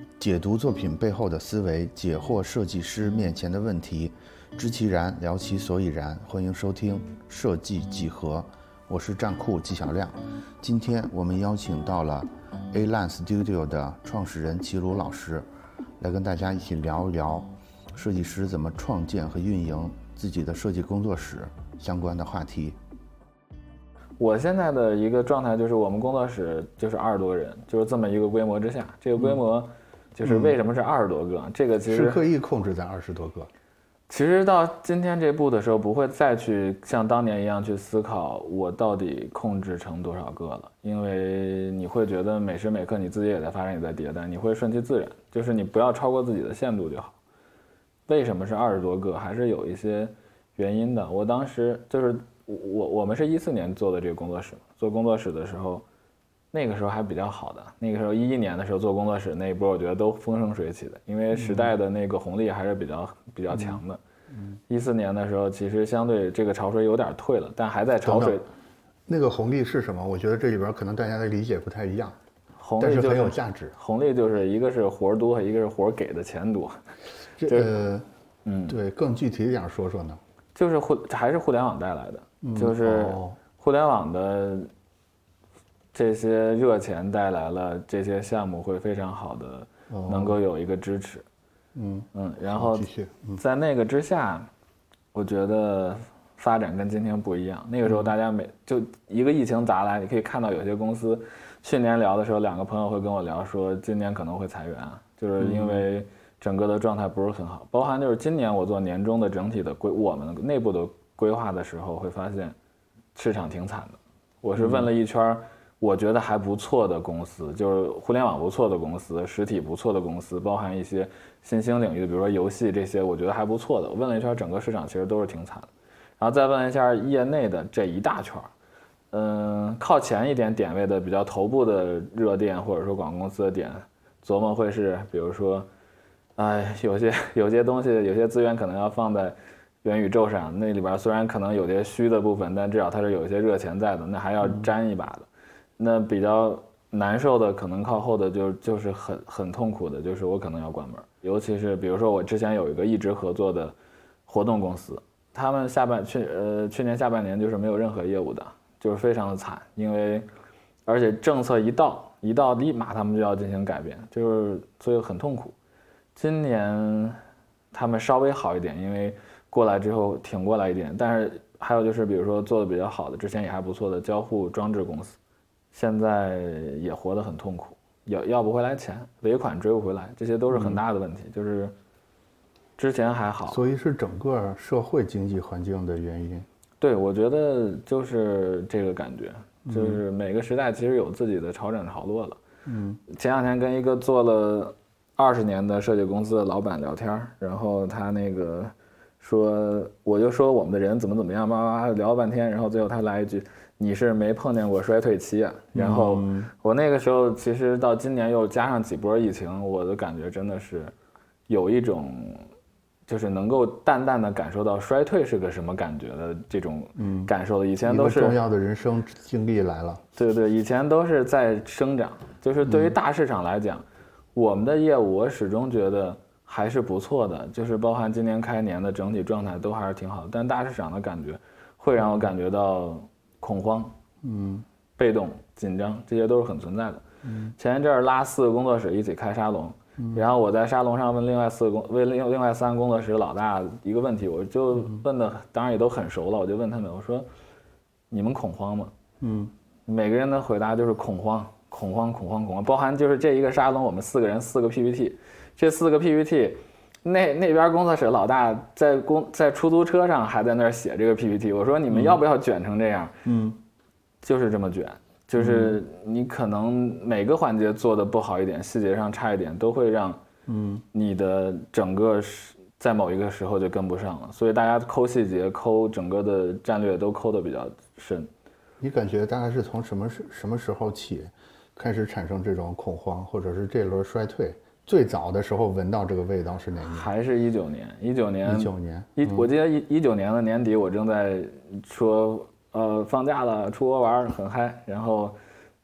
解读作品背后的思维，解惑设计师面前的问题，知其然，聊其所以然。欢迎收听设计几何，我是站酷纪晓亮。今天我们邀请到了 A-Line Studio 的创始人齐鲁老师，来跟大家一起聊一聊设计师怎么创建和运营自己的设计工作室相关的话题。 我现在的一个状态就是我们工作室就是20多个人，就是这么一个规模之下，这个规模就是为什么是20多个，这个其实是刻意控制在20多个。 其实到今天这步的时候，不会再去像当年一样去思考我到底控制成多少个了，因为你会觉得每时每刻你自己也在发展，也在迭代，你会顺其自然，就是你不要超过自己的限度就好。为什么是20多个，还是有一些原因的。我当时就是我们是14年做的这个工作室，做工作室的时候，那个时候还比较好的，那个时候11年的时候做工作室那一波，我觉得都风生水起的，因为时代的那个红利还是比较强的。14年的时候，其实相对这个潮水有点退了，但还在潮水。 那个红利是什么？我觉得这里边可能大家的理解不太一样，但是很有价值。 红利就是一个是活多，一个是活给的钱多。 对，更具体一点说说呢？ 就是还是互联网带来的，就是互联网的这些热钱带来了这些项目会非常好的能够有一个支持。然后在那个之下，我觉得发展跟今天不一样。那个时候大家就一个疫情砸来，你可以看到有些公司去年聊的时候，2个朋友会跟我聊说今年可能会裁员啊，就是因为整个的状态不是很好。包含就是今年我做年终的整体的我们内部的规划的时候，会发现市场挺惨的。我是问了一圈我觉得还不错的公司，就是互联网不错的公司，实体不错的公司，包含一些新兴领域的，比如说游戏这些，我觉得还不错的。我问了一圈，整个市场其实都是挺惨的。然后再问一下业内的这一大圈，靠前一点点位的比较头部的热店或者说广告公司的点，琢磨会是，比如说，有些东西有些资源可能要放在元宇宙上，那里边虽然可能有些虚的部分，但至少它是有一些热钱在的，那还要沾一把的。那比较难受的可能靠后的就是很痛苦的，就是我可能要关门。尤其是比如说我之前有一个一直合作的活动公司，他们去年下半年就是没有任何业务的，就是非常的惨，因为而且政策一到立马他们就要进行改变，就是所以很痛苦。今年他们稍微好一点，因为过来之后挺过来一点，但是还有就是比如说做的比较好的，之前也还不错的交互装置公司，现在也活得很痛苦，要不回来钱，尾款追不回来，这些都是很大的问题。就是之前还好， 所以是整个社会经济环境的原因。 对，我觉得就是这个感觉，就是每个时代其实有自己的潮涨潮落了。前2天跟一个做了20年的设计公司的老板聊天，然后他那个说，我就说我们的人怎么样，聊了半天，然后最后他来一句，你是没碰见过衰退期啊。然后我那个时候其实到今年又加上几波疫情，我的感觉真的是有一种就是能够淡淡的感受到衰退是个什么感觉的这种感受的。以前都是一个重要的人生经历来了。 对，以前都是在生长，就是对于大市场来讲，我们的业务我始终觉得还是不错的，就是包含今年开年的整体状态都还是挺好的，但大市场的感觉会让我感觉到恐慌，被动、紧张，这些都是很存在的。前一阵拉4个工作室一起开沙龙，然后我在沙龙上问另外3个工作室老大一个问题，我就问的当然也都很熟了，我就问他们，我说你们恐慌吗？每个人的回答就是恐慌，包含就是这一个沙龙我们4个人4个 PPT， 这4个 PPT。那边工作室老大在出租车上还在那儿写这个 PPT， 我说你们要不要卷成这样？就是这么卷，就是你可能每个环节做的不好一点，细节上差一点，都会让你的整个在某一个时候就跟不上了，所以大家抠细节、抠整个的战略都抠得比较深。 你感觉大概是从什么时候起开始产生这种恐慌，或者是这轮衰退？最早的时候闻到这个味道是哪年？ 还是19年？19 年。 我记得19年的年底，我正在说，放假了，出国玩很嗨，然后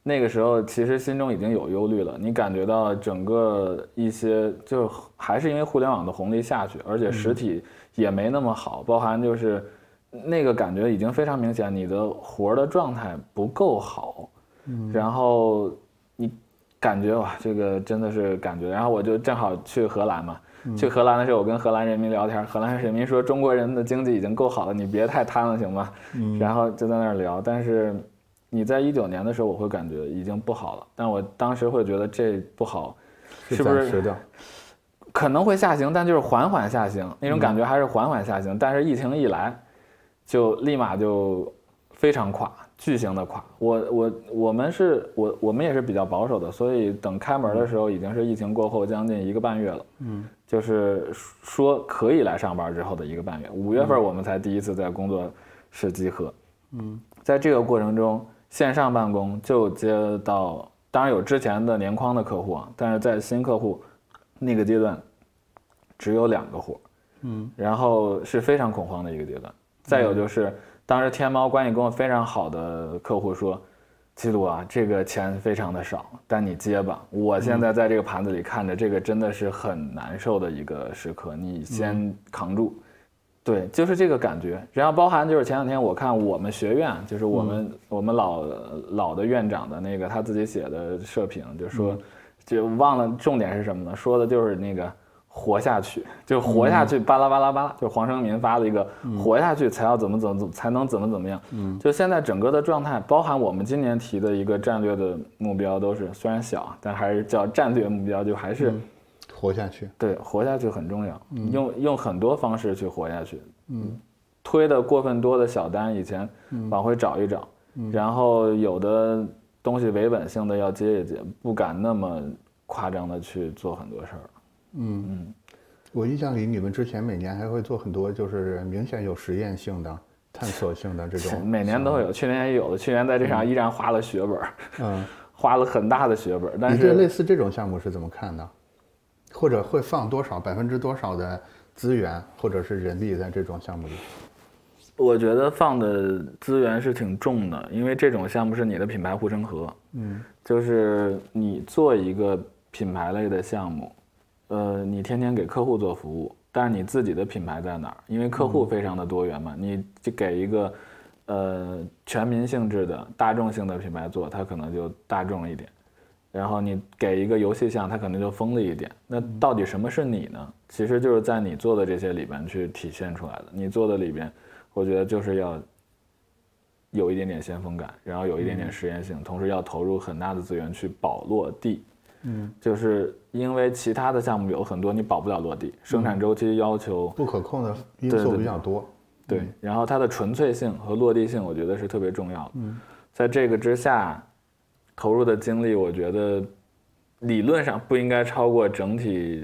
那个时候其实心中已经有忧虑了，你感觉到整个一些就还是因为互联网的红利下去，而且实体也没那么好，包含就是那个感觉已经非常明显，你的活的状态不够好，然后你感觉哇，这个真的是感觉，然后我就正好去荷兰嘛。去荷兰的时候，我跟荷兰人民聊天，荷兰人民说中国人的经济已经够好了，你别太贪了，行吗？然后就在那儿聊。但是你在19年的时候，我会感觉已经不好了，但我当时会觉得这不好，是不是可能会下行，但就是缓缓下行，那种感觉还是缓缓下行。但是疫情一来，就立马就非常垮，巨型的垮。我们也是比较保守的，所以等开门的时候已经是疫情过后将近1个半月了。就是说可以来上班之后的1个半月，5月份我们才第一次在工作室集合。在这个过程中，线上办公就接到，当然有之前的年框的客户啊，但是在新客户那个阶段，只有2个活，然后是非常恐慌的一个阶段。再有就是，当时天猫关系跟我非常好的客户说，记录啊，这个钱非常的少，但你接吧。我现在在这个盘子里看着，这个真的是很难受的一个时刻，你先扛住。对，就是这个感觉。然后包含就是前2天我看我们学院，就是我们老的院长的那个他自己写的社评，就说，就忘了重点是什么了，说的就是那个活下去，就活下去，巴拉巴拉巴拉，就是黄生民发了一个活下去才要怎么才能怎么样。就现在整个的状态，包含我们今年提的一个战略的目标，都是虽然小，但还是叫战略目标，就还是活下去。 对，活下去很重要，用很多方式去活下去。推的过分多的小单，以前往回找一找，然后有的东西维稳性的要接一接，不敢那么夸张的去做很多事儿。 我印象里你们之前每年还会做很多就是明显有实验性的探索性的这种， 每年都有，去年也有的，去年在这上依然花了血本，花了很大的血本。但是你对类似这种项目是怎么看的？或者会放多少%多少的资源或者是人力在这种项目里？ 我觉得放的资源是挺重的，因为这种项目是你的品牌护城河。就是你做一个品牌类的项目，你天天给客户做服务，但是你自己的品牌在哪儿？因为客户非常的多元嘛，你就给一个全民性质的大众性的品牌做，它可能就大众一点，然后你给一个游戏项，它可能就锋利一点。那到底什么是你呢？其实就是在你做的这些里边去体现出来的。你做的里边，我觉得就是要有一点点先锋感，然后有一点点实验性，同时要投入很大的资源去保落地。就是因为其他的项目有很多你保不了落地，生产周期要求不可控的因素比较多。 对，然后它的纯粹性和落地性，我觉得是特别重要的。在这个之下，投入的精力，我觉得理论上不应该超过整体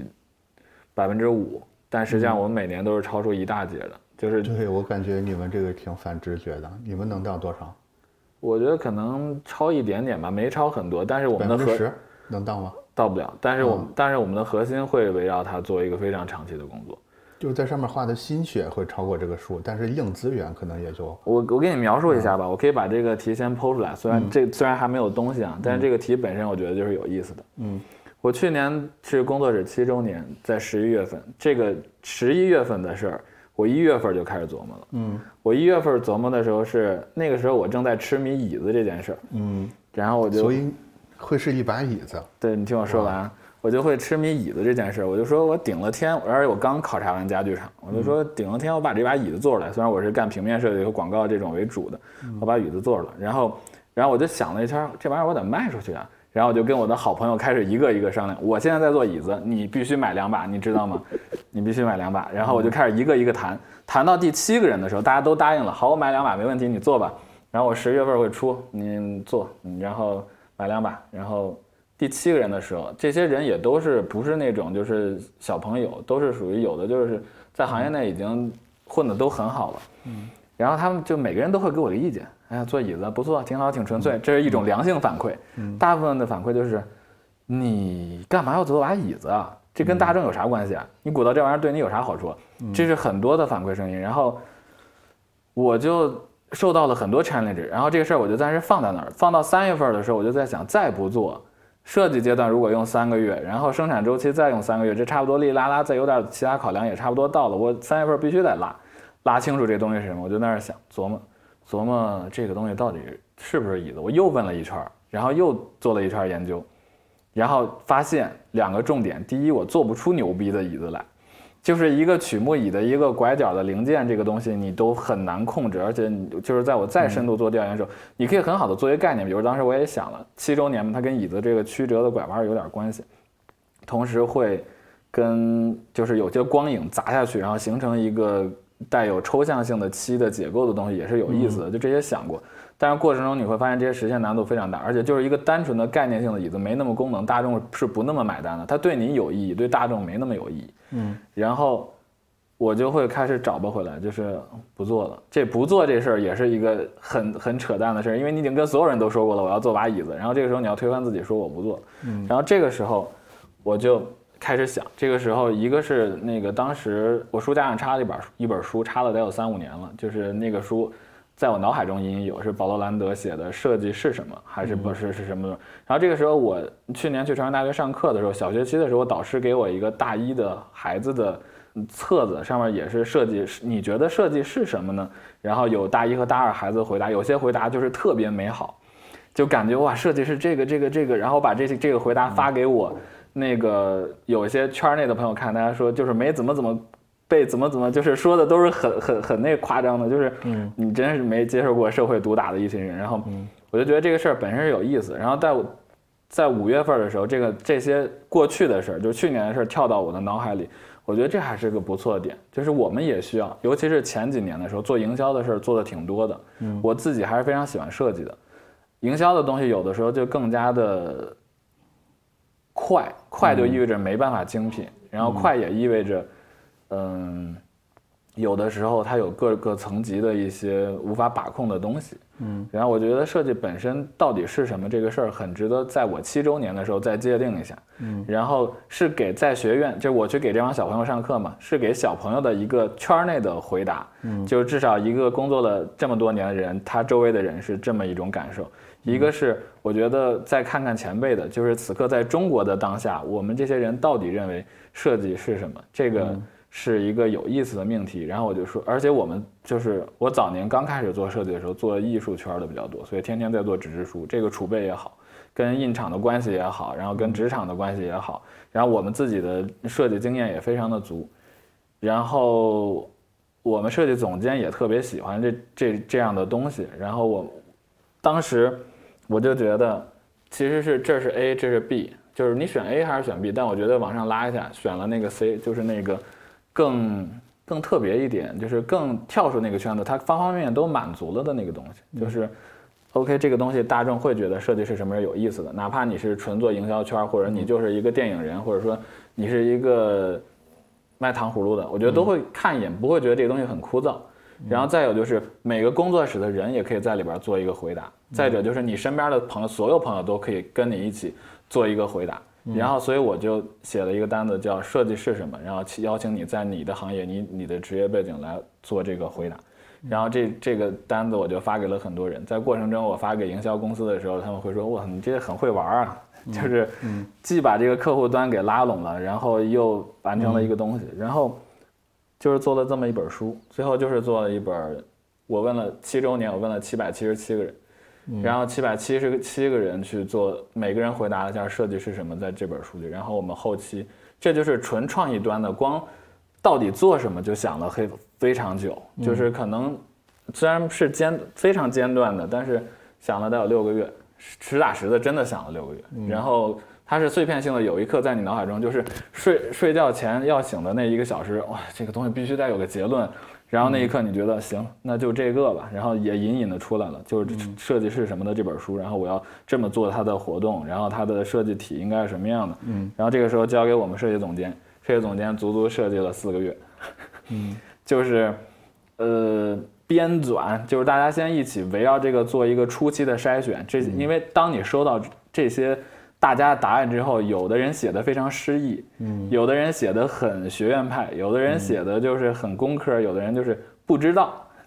5%，但实际上我们每年都是超出一大截的。就是对，我感觉你们这个挺反直觉的，你们能到多少？ 我觉得可能超一点点吧，没超很多，但是我们的 10%能到吗？ 到不了，但是我们的核心会围绕它做一个非常长期的工作。 就是在上面花的心血会超过这个数，但是硬资源可能也就…… 我给你描述一下吧，我可以把这个题先剖出来，虽然还没有东西啊，但是这个题本身我觉得就是有意思的。我去年是工作室7周年，在11月份，这个11月份的事儿，我1月份就开始琢磨了。我1月份琢磨的时候是那个时候我正在痴迷椅子这件事儿。然后我就所以会是一把椅子。 对，你听我说完。我就会痴迷椅子这件事，我就说我顶了天，而且我刚考察完家具厂，我就说顶了天，我把这把椅子做出来。虽然我是干平面设计和广告这种为主的，我把椅子做出来，然后我就想了一圈，这玩意儿我得卖出去啊。然后我就跟我的好朋友开始一个一个商量，我现在在做椅子，你必须买2把，你知道吗？你必须买2把。然后我就开始一个一个谈到第7个人的时候，大家都答应了，好，我买2把没问题，你做吧。然后我10月份会出，你做，然后买2把，然后。第7个人的时候，这些人也都是不是那种就是小朋友，都是属于有的就是在行业内已经混得都很好了。然后他们就每个人都会给我个意见，哎呀，做椅子不错，挺好，挺纯粹，这是一种良性反馈。大部分的反馈就是你干嘛要做把椅子啊？这跟大众有啥关系啊？你鼓捣这玩意儿对你有啥好处？这是很多的反馈声音。然后我就受到了很多 challenge， 然后这个事儿我就暂时放在那儿，放到3月份的时候，我就在想，再不做设计阶段，如果用3个月，然后生产周期再用3个月，这差不多哩啦啦，再有点其他考量也差不多到了，我3月份必须得拉清楚这东西是什么，我就在那儿想琢磨这个东西到底是不是椅子，我又问了一圈，然后又做了一圈研究，然后发现2个重点，第一，我做不出牛逼的椅子来。就是一个曲目椅的一个拐角的零件，这个东西你都很难控制，而且你就是在我再深度做调研的时候，你可以很好的做一个概念，比如当时我也想了7周年嘛，它跟椅子这个曲折的拐弯有点关系，同时会跟就是有些光影砸下去，然后形成一个带有抽象性的漆的结构的东西，也是有意思的，就这些想过。但是过程中你会发现这些实现难度非常大，而且就是一个单纯的概念性的椅子没那么功能，大众是不那么买单的，它对你有意义，对大众没那么有意义。然后我就会开始找不回来，就是不做了。这不做这事儿也是一个很扯淡的事儿，因为你已经跟所有人都说过了，我要做把椅子，然后这个时候你要推翻自己说我不做，然后这个时候我就开始想，这个时候一个是那个当时我书架上插了一本书，插了得有3-5年了，就是那个书。在我脑海中隐隐有，是保罗兰德写的《设计是什么》，还是不是是什么？然后这个时候，我去年去朝阳大学上课的时候，小学期的时候，导师给我一个大一的孩子的册子，上面也是设计，你觉得设计是什么呢？然后有大一和大二孩子回答，有些回答就是特别美好，就感觉哇，设计是这个，然后把这个回答发给我那个有一些圈内的朋友看，大家说就是没怎么。被怎么就是说的都是很那夸张的，就是你真是没接受过社会毒打的一群人。然后我就觉得这个事儿本身是有意思。然后在5月份的时候，这些过去的事儿，就是去年的事儿跳到我的脑海里，我觉得这还是个不错的点。就是我们也需要，尤其是前几年的时候做营销的事儿做的挺多的，我自己还是非常喜欢设计的。营销的东西有的时候就更加的快就意味着没办法精品，然后快也意味着。有的时候它有各个层级的一些无法把控的东西，然后我觉得设计本身到底是什么这个事儿很值得在我7周年的时候再界定一下，然后是给在学院，就是我去给这帮小朋友上课嘛，是给小朋友的一个圈内的回答，就是至少一个工作了这么多年的人，他周围的人是这么一种感受。一个是我觉得再看看前辈的，就是此刻在中国的当下，我们这些人到底认为设计是什么？这个。是一个有意思的命题，然后我就说，而且我们就是我早年刚开始做设计的时候，做艺术圈的比较多，所以天天在做纸质书，这个储备也好，跟印厂的关系也好，然后跟纸厂的关系也好，然后我们自己的设计经验也非常的足，然后我们设计总监也特别喜欢这样的东西，然后当时我就觉得，其实是这是 A， 这是 B， 就是你选 A 还是选 B， 但我觉得往上拉一下，选了那个 C， 就是那个。更特别一点，就是更跳出那个圈子，它方方面面都满足了的那个东西，就是 OK 这个东西大众会觉得设计是什么是有意思的，哪怕你是纯做营销圈，或者你就是一个电影人，或者说你是一个卖糖葫芦的，我觉得都会看一眼，不会觉得这个东西很枯燥。然后再有就是每个工作室的人也可以在里边做一个回答，再者就是你身边的朋友，所有朋友都可以跟你一起做一个回答。然后，所以我就写了一个单子，叫“设计是什么”，然后邀请你在你的行业、你的职业背景来做这个回答。然后这个单子我就发给了很多人，在过程中我发给营销公司的时候，他们会说：“哇，你这很会玩啊！”就是既把这个客户端给拉拢了，然后又完成了一个东西，然后就是做了这么一本书，最后就是做了一本。我问了7周年，我问了777个人。然后777个人去做，每个人回答了一下设计是什么，在这本书里。然后我们后期，这就是纯创意端的，光到底做什么就想了非常久，就是可能虽然是非常间断的，但是想了得有6个月，实打实的真的想了6个月。然后它是碎片性的，有一刻在你脑海中，就是睡觉前要醒的那1个小时，哇，这个东西必须得有个结论。然后那一刻你觉得行，那就这个吧，然后也隐隐的出来了，就是设计是什么的这本书，然后我要这么做它的活动，然后它的设计体应该是什么样的，然后这个时候交给我们设计总监，设计总监足足设计了4个月，就是编纂，就是大家先一起围绕这个做一个初期的筛选，因为当你收到这些大家的答案之后，有的人写的非常诗意，有的人写的很学院派，有的人写的就是很工科，有的人就是不知道，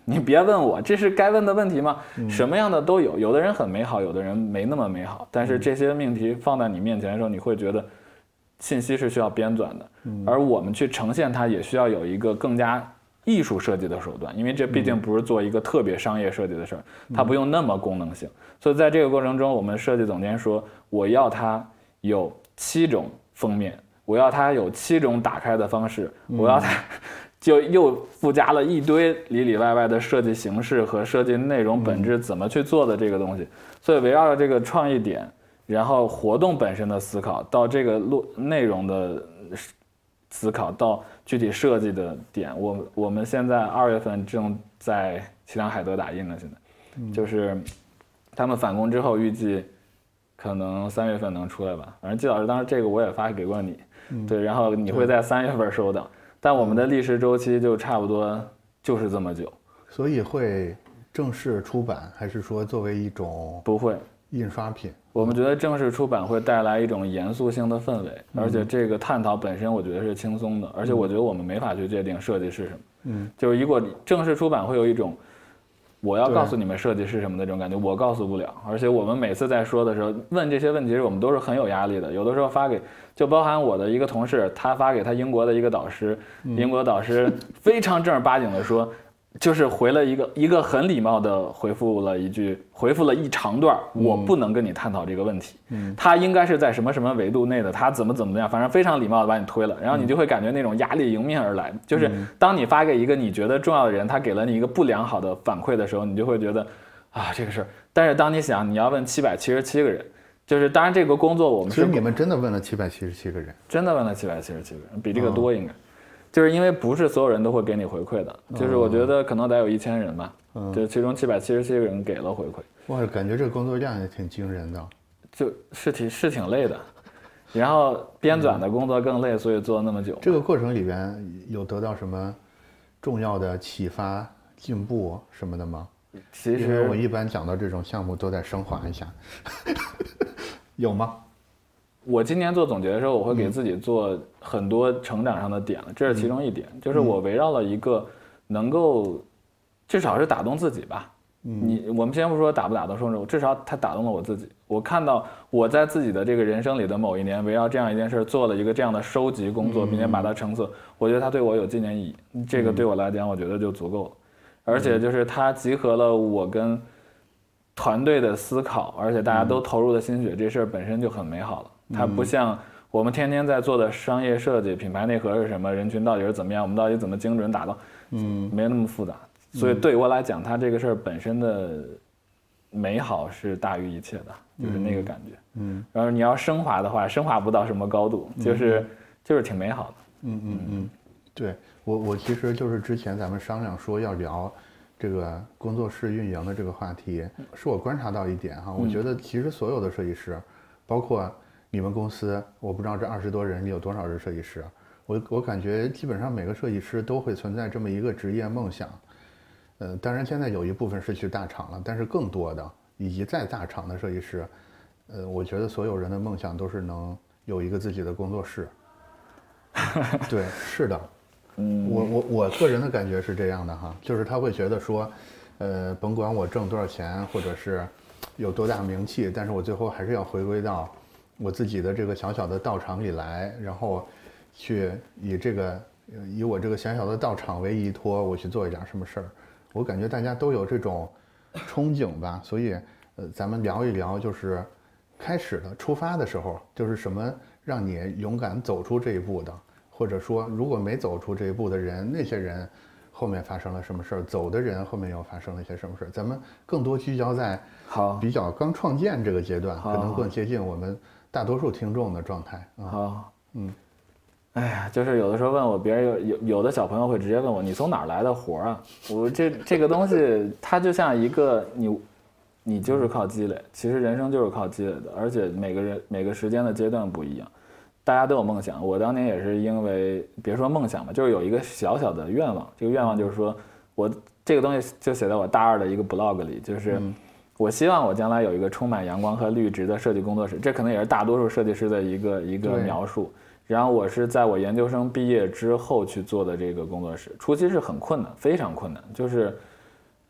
你别问我，这是该问的问题吗？什么样的都有，有的人很美好，有的人没那么美好。但是这些命题放在你面前的时候，你会觉得信息是需要编纂的，而我们去呈现它也需要有一个更加艺术设计的手段，因为这毕竟不是做一个特别商业设计的事儿，它不用那么功能性。所以在这个过程中，我们设计总监说，我要它有7种封面，我要它有7种打开的方式，我要它就又附加了一堆里里外外的设计形式和设计内容本质怎么去做的这个东西。所以围绕着这个创意点，然后活动本身的思考，到这个内容的思考，到具体设计的点，我们现在2月份正在齐梁海德打印呢，现在就是他们返工之后，预计可能3月份能出来吧。反正季老师当时这个我也发给过你，对，然后你会在3月份收到。但我们的历时周期就差不多就是这么久。 所以会正式出版，还是说作为一种不会印刷品？ 我们觉得正式出版会带来一种严肃性的氛围，而且这个探讨本身我觉得是轻松的，而且我觉得我们没法去界定设计是什么。就是如果正式出版会有一种我要告诉你们设计是什么的这种感觉，我告诉不了。而且我们每次在说的时候问这些问题时，我们都是很有压力的。有的时候发给，就包含我的一个同事，他发给他英国的一个导师，英国导师非常正儿八经的说，就是回了一个很礼貌的回复了一长段，我不能跟你探讨这个问题，他应该是在什么什么维度内的，他怎么样，反正非常礼貌的把你推了，然后你就会感觉那种压力迎面而来，就是当你发给一个你觉得重要的人，他给了你一个不良好的反馈的时候，你就会觉得啊这个事儿，但是当你想你要问777个人，就是当然这个工作我们是， 所以你们真的问了777个人， 真的问了777个人，比这个多应该。就是因为不是所有人都会给你回馈的，就是我觉得可能得有1000人吧，就其中777个人给了回馈。 哇，感觉这个工作量也挺惊人的， 就是挺累的，然后编纂的工作更累，所以做了那么久。 这个过程里边有得到什么重要的启发、进步什么的吗？ 其实因为我一般讲到这种项目都在升华一下，有吗？ 我今年做总结的时候，我会给自己做很多成长上的点了，这是其中一点，就是我围绕了一个能够至少是打动自己吧。我们先不说打不打动受众，至少它打动了我自己。我看到我在自己的这个人生里的某一年，围绕这样一件事做了一个这样的收集工作，并且把它成册，我觉得它对我有纪念意义。这个对我来讲，我觉得就足够了。而且就是它集合了我跟团队的思考，而且大家都投入的心血，这事儿本身就很美好了。它不像我们天天在做的商业设计，品牌内核是什么，人群到底是怎么样，我们到底怎么精准打到，没那么复杂。所以对我来讲，它这个事儿本身的美好是大于一切的，就是那个感觉。然后你要升华的话，升华不到什么高度，就是挺美好的。 对，我其实就是之前咱们商量说要聊这个工作室运营的这个话题，是我观察到一点哈，我觉得其实所有的设计师，包括你们公司，我不知道这20多人里有多少是设计师，我感觉基本上每个设计师都会存在这么一个职业梦想。当然现在有一部分是去大厂了，但是更多的以及在大厂的设计师，我觉得所有人的梦想都是能有一个自己的工作室。对，是的，我个人的感觉是这样的哈，就是他会觉得说，甭管我挣多少钱，或者是有多大名气，但是我最后还是要回归到我自己的这个小小的道场里来，然后去以我这个小小的道场为依托，我去做一点什么事儿。我感觉大家都有这种憧憬吧，所以咱们聊一聊，就是开始的出发的时候，就是什么让你勇敢走出这一步的，或者说如果没走出这一步的人，那些人后面发生了什么事儿，走的人后面又发生了一些什么事儿，咱们更多聚焦在比较刚创建这个阶段，可能更接近我们大多数听众的状态。 好，哎呀，就是有的时候问我，别人有的小朋友会直接问我，你从哪儿来的活啊？我这个东西，它就像一个你就是靠积累，其实人生就是靠积累的，而且每个时间的阶段不一样，大家都有梦想。我当年也是因为别说梦想吧，就是有一个小小的愿望，这个愿望就是说我这个东西就写在我大2的一个 blog 里，就是我希望我将来有一个充满阳光和绿植的设计工作室，这可能也是大多数设计师的一个描述。然后我是在我研究生毕业之后去做的这个工作室，初期是很困难，非常困难，就是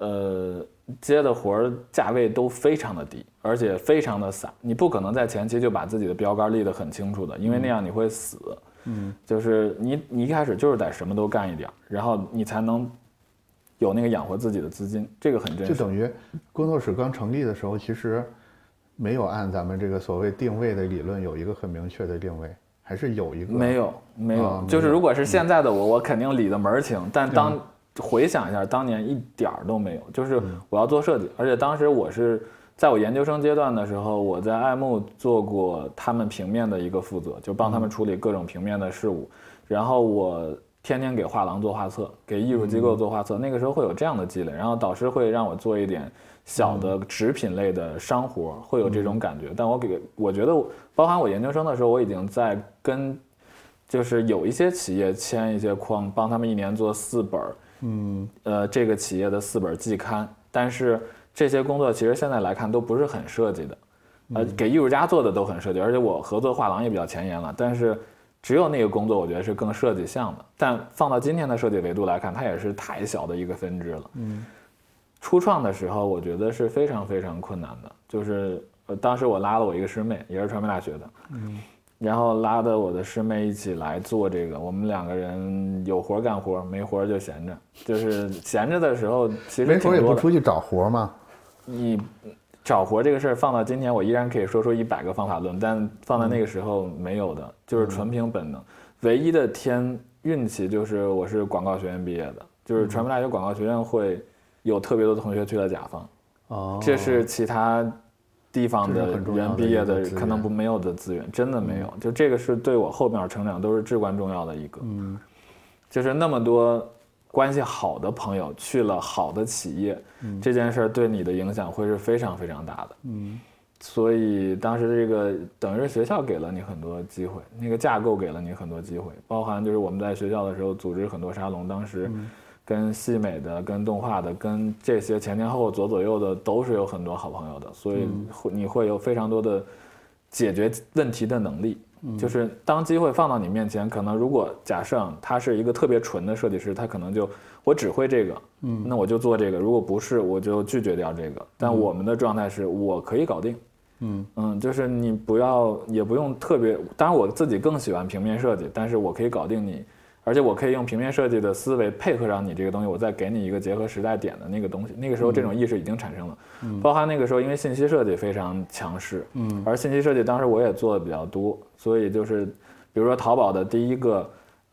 接的活儿价位都非常的低，而且非常的散，你不可能在前期就把自己的标杆立得很清楚的，因为那样你会死。就是你一开始就是得什么都干一点，然后你才能有那个养活自己的资金，这个很真实。 就等于工作室刚成立的时候，其实没有按咱们这个所谓定位的理论有一个很明确的定位，还是有一个？ 没有，就是如果是现在的我肯定理得门儿清，但回想一下，当年一点儿都没有。就是我要做设计，而且当时我是在我研究生阶段的时候，我在爱慕做过他们平面的一个负责，就帮他们处理各种平面的事务。然后我天天给画廊做画册，给艺术机构做画册。那个时候会有这样的积累，然后导师会让我做一点小的纸品类的商活，会有这种感觉。但我觉得，包含我研究生的时候，我已经在跟就是有一些企业签一些框，帮他们一年做4本，这个企业的4本季刊。但是这些工作其实现在来看都不是很设计的，给艺术家做的都很设计，而且我合作画廊也比较前沿了。但是只有那个工作，我觉得是更设计向的。但放到今天的设计维度来看，它也是太小的一个分支了。初创的时候，我觉得是非常非常困难的。就是当时我拉了我一个师妹，也是传媒大学的，然后拉的我的师妹一起来做这个。我们2个人有活干活，没活就闲着。就是闲着的时候，其实没活也不出去找活嘛。 你找活这个事儿放到今天，我依然可以说出100个方法论，但放在那个时候没有的，就是纯凭本能。唯一的运气就是我是广告学院毕业的，就是传媒大学广告学院会有特别多的同学去了甲方，这是其他地方的人毕业的可能没有的资源，真的没有。就这个是对我后面成长都是至关重要的一个，就是那么多关系好的朋友去了好的企业，这件事对你的影响会是非常非常大的。所以当时这个等于是学校给了你很多机会，那个架构给了你很多机会，包含就是我们在学校的时候组织很多沙龙，当时跟戏美的、跟动画的、跟这些前前后后左左右的都是有很多好朋友的，所以你会有非常多的解决问题的能力。就是当机会放到你面前，可能如果假设他是一个特别纯的设计师，他可能就我只会这个，那我就做这个，如果不是我就拒绝掉这个。但我们的状态是我可以搞定，就是你也不用特别，当然我自己更喜欢平面设计，但是我可以搞定你，而且我可以用平面设计的思维配合上你这个东西，我再给你一个结合时代点的那个东西。那个时候这种意识已经产生了，包含那个时候因为信息设计非常强势，而信息设计当时我也做的比较多，所以就是比如说淘宝的第一个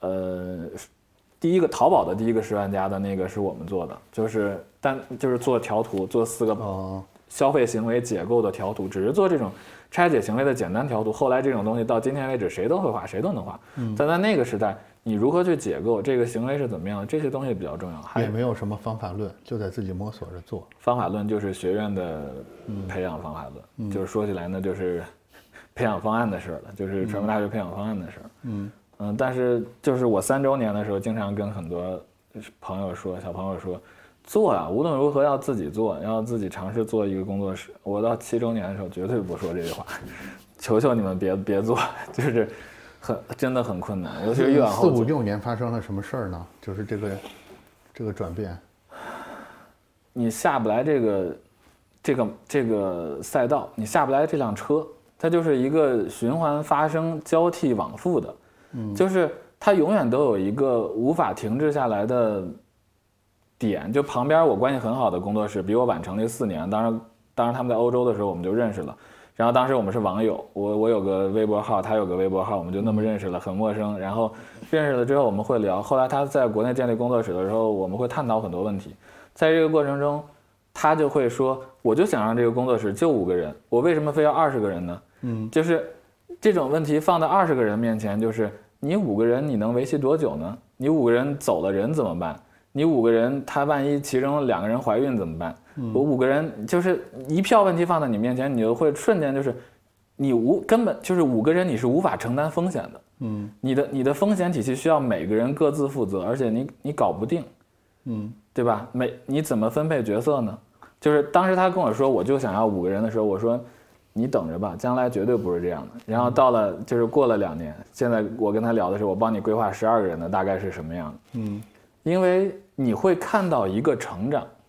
淘宝的第一个10万加的那个是我们做的，就是做条图，做4个消费行为解构的条图，只是做这种拆解行为的简单条图。后来这种东西到今天为止谁都会画，谁都能画，但在那个时代你如何去解构这个行为是怎么样的，这些东西比较重要。 也没有什么方法论，就在自己摸索着做。 方法论就是学院的培养方法论，就是说起来呢就是培养方案的事了，就是传媒大学培养方案的事。但是就是我3周年的时候，经常跟很多朋友说，小朋友说，做啊，无论如何要自己做，要自己尝试做一个工作室。我到7周年的时候绝对不说这句话，求求你们别做，就是真的很困难，尤其是越往后。 4、5、6年发生了什么事儿呢？就是这个转变， 你下不来这个赛道，你下不来这辆车，它就是一个循环发生、交替往复的，就是它永远都有一个无法停滞下来的点。就旁边我关系很好的工作室，比我晚成立4年，当然他们在欧洲的时候我们就认识了。然后当时我们是网友，我有个微博号，他有个微博号，我们就那么认识了，很陌生。然后认识了之后我们会聊，后来他在国内建立工作室的时候，我们会探讨很多问题。在这个过程中，他就会说，我就想让这个工作室就5个人，我为什么非要20个人呢？就是这种问题放在20个人面前，就是你5个人你能维系多久呢？你5个人走了人怎么办？你5个人他万一其中2个人怀孕怎么办？我5个人就是一票问题放在你面前，你就会瞬间就是根本就是5个人你是无法承担风险的。你的风险体系需要每个人各自负责，而且你搞不定，对吧？你怎么分配角色呢？就是当时他跟我说我就想要5个人的时候，我说你等着吧，将来绝对不是这样的。然后到了就是过了2年，现在我跟他聊的是我帮你规划12个人的大概是什么样的。因为你会看到一个成长，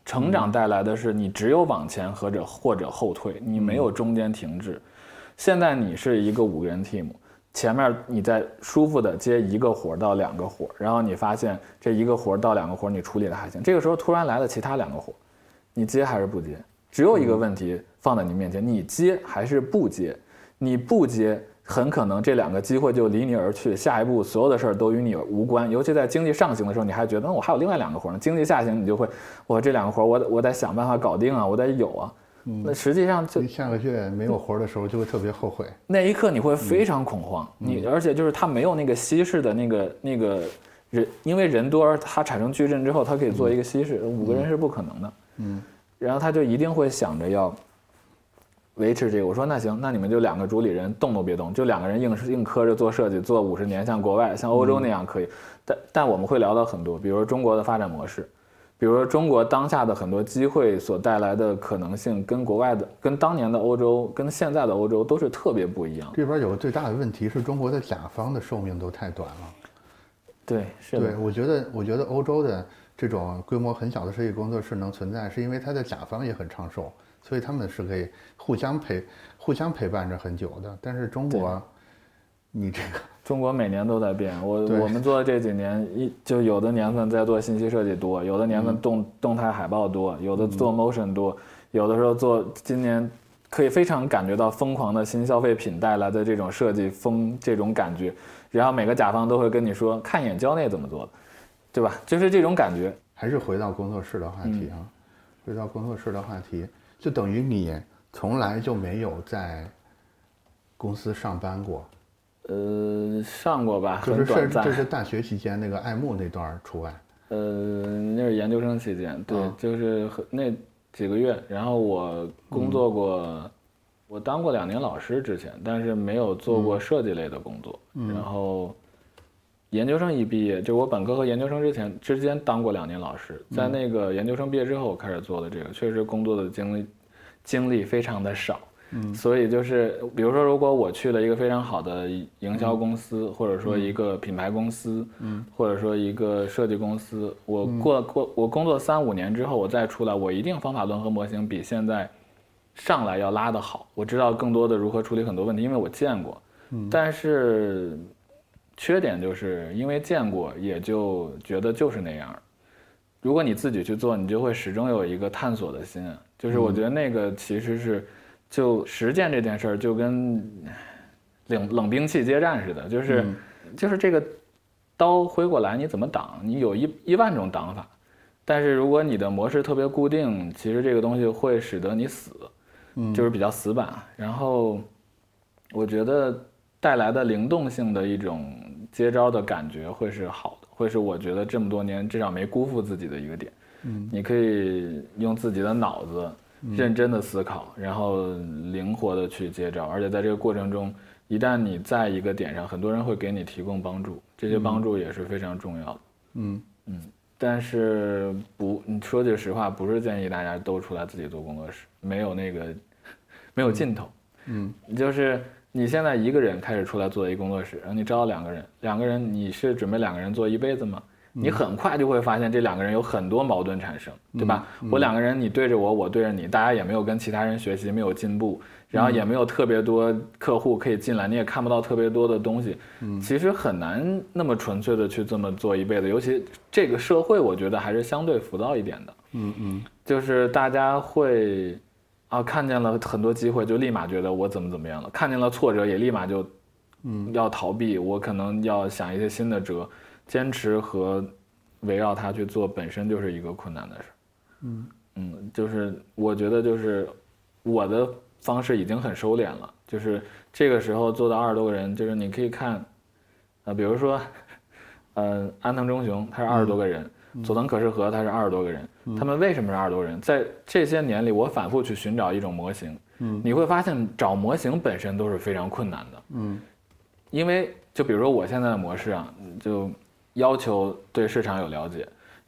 成长带来的是你只有往前或者后退，你没有中间停滞。现在你是一个5个人 team， 前面你在舒服的接1个活到2个活，然后你发现这1个活到2个活你处理的还行，这个时候突然来了其他2个活，你接还是不接？只有一个问题放在你面前，你接还是不接？你不接，很可能这2个机会就离你而去，下一步所有的事儿都与你无关。尤其在经济上行的时候，你还觉得我还有另外2个活呢。经济下行，你就会，我这2个活我得想办法搞定啊，我得有啊。那实际上就下个月没有活的时候就会特别后悔， 那一刻你会非常恐慌。而且就是它没有那个稀释的那个人，因为人多它产生矩阵之后，它可以做一个稀释，5个人是不可能的。然后他就一定会想着要维持这个。我说那行，那你们就2个主理人动都别动，就2个人硬磕着做设计，做50年，像国外像欧洲那样可以。但我们会聊到很多，比如说中国的发展模式，比如说中国当下的很多机会所带来的可能性，跟国外的、跟当年的欧洲、跟现在的欧洲都是特别不一样。 这边有个最大的问题是中国的甲方的寿命都太短了。 对，是的。 对，我觉得欧洲的这种规模很小的设计工作室能存在，是因为它的甲方也很长寿，所以他们是可以互相陪伴着很久的。但是中国，你这个中国每年都在变。我们做的这几年，就有的年份在做信息设计多，有的年份动态海报多，有的做 motion 多，有的时候做今年可以非常感觉到疯狂的新消费品带来的这种设计风这种感觉，然后每个甲方都会跟你说看一眼蕉内怎么做的，对吧？就是这种感觉。 还是回到工作室的话题啊，回到工作室的话题，就等于你从来就没有在公司上班过。 上过吧， 就是很短暂。 就是大学期间那个爱慕那段除外。 那是研究生期间，对，就是那几个月。然后我工作过，我当过2年老师之前，但是没有做过设计类的工作。然后研究生一毕业，就我本科和研究生之间当过2年老师，在那个研究生毕业之后，我开始做的这个，确实工作的经历非常的少。所以就是比如说，如果我去了一个非常好的营销公司，或者说一个品牌公司，或者说一个设计公司，我工作3-5年之后，我再出来，我一定方法论和模型比现在上来要拉得好。我知道更多的如何处理很多问题，因为我见过。但是缺点就是因为见过，也就觉得就是那样。如果你自己去做，你就会始终有一个探索的心。就是我觉得那个其实是。就实践这件事儿，就跟冷兵器接战似的，就是这个刀挥过来，你怎么挡？你有1万种挡法，但是如果你的模式特别固定，其实这个东西会使得你死，就是比较死板。然后我觉得带来的灵动性的一种接招的感觉会是好的，会是我觉得这么多年至少没辜负自己的一个点。你可以用自己的脑子。认真的思考，然后灵活的去接招，而且在这个过程中，一旦你在一个点上，很多人会给你提供帮助，这些帮助也是非常重要的。但是你说句实话，不是建议大家都出来自己做工作室，没有尽头。就是你现在1个人开始出来做一工作室，然后你招2个人，2个人你是准备2个人做一辈子吗？你很快就会发现这2个人有很多矛盾产生，对吧？我2个人，你对着我，我对着你，大家也没有跟其他人学习，没有进步，然后也没有特别多客户可以进来，你也看不到特别多的东西。其实很难那么纯粹的去这么做一辈子，尤其这个社会，我觉得还是相对浮躁一点的。就是大家会看见了很多机会，就立马觉得我怎么样了；看见了挫折，也立马就要逃避，我可能要想一些新的辙。坚持和围绕它去做本身就是一个困难的事。就是我觉得就是我的方式已经很收敛了，就是这个时候做到20多个人，就是你可以看，比如说，安藤忠雄他是20多个人，佐藤可士和他是20多个人，他们为什么是20多个人？在这些年里，我反复去寻找一种模型，你会发现找模型本身都是非常困难的。因为就比如说我现在的模式就要求对市场有了解，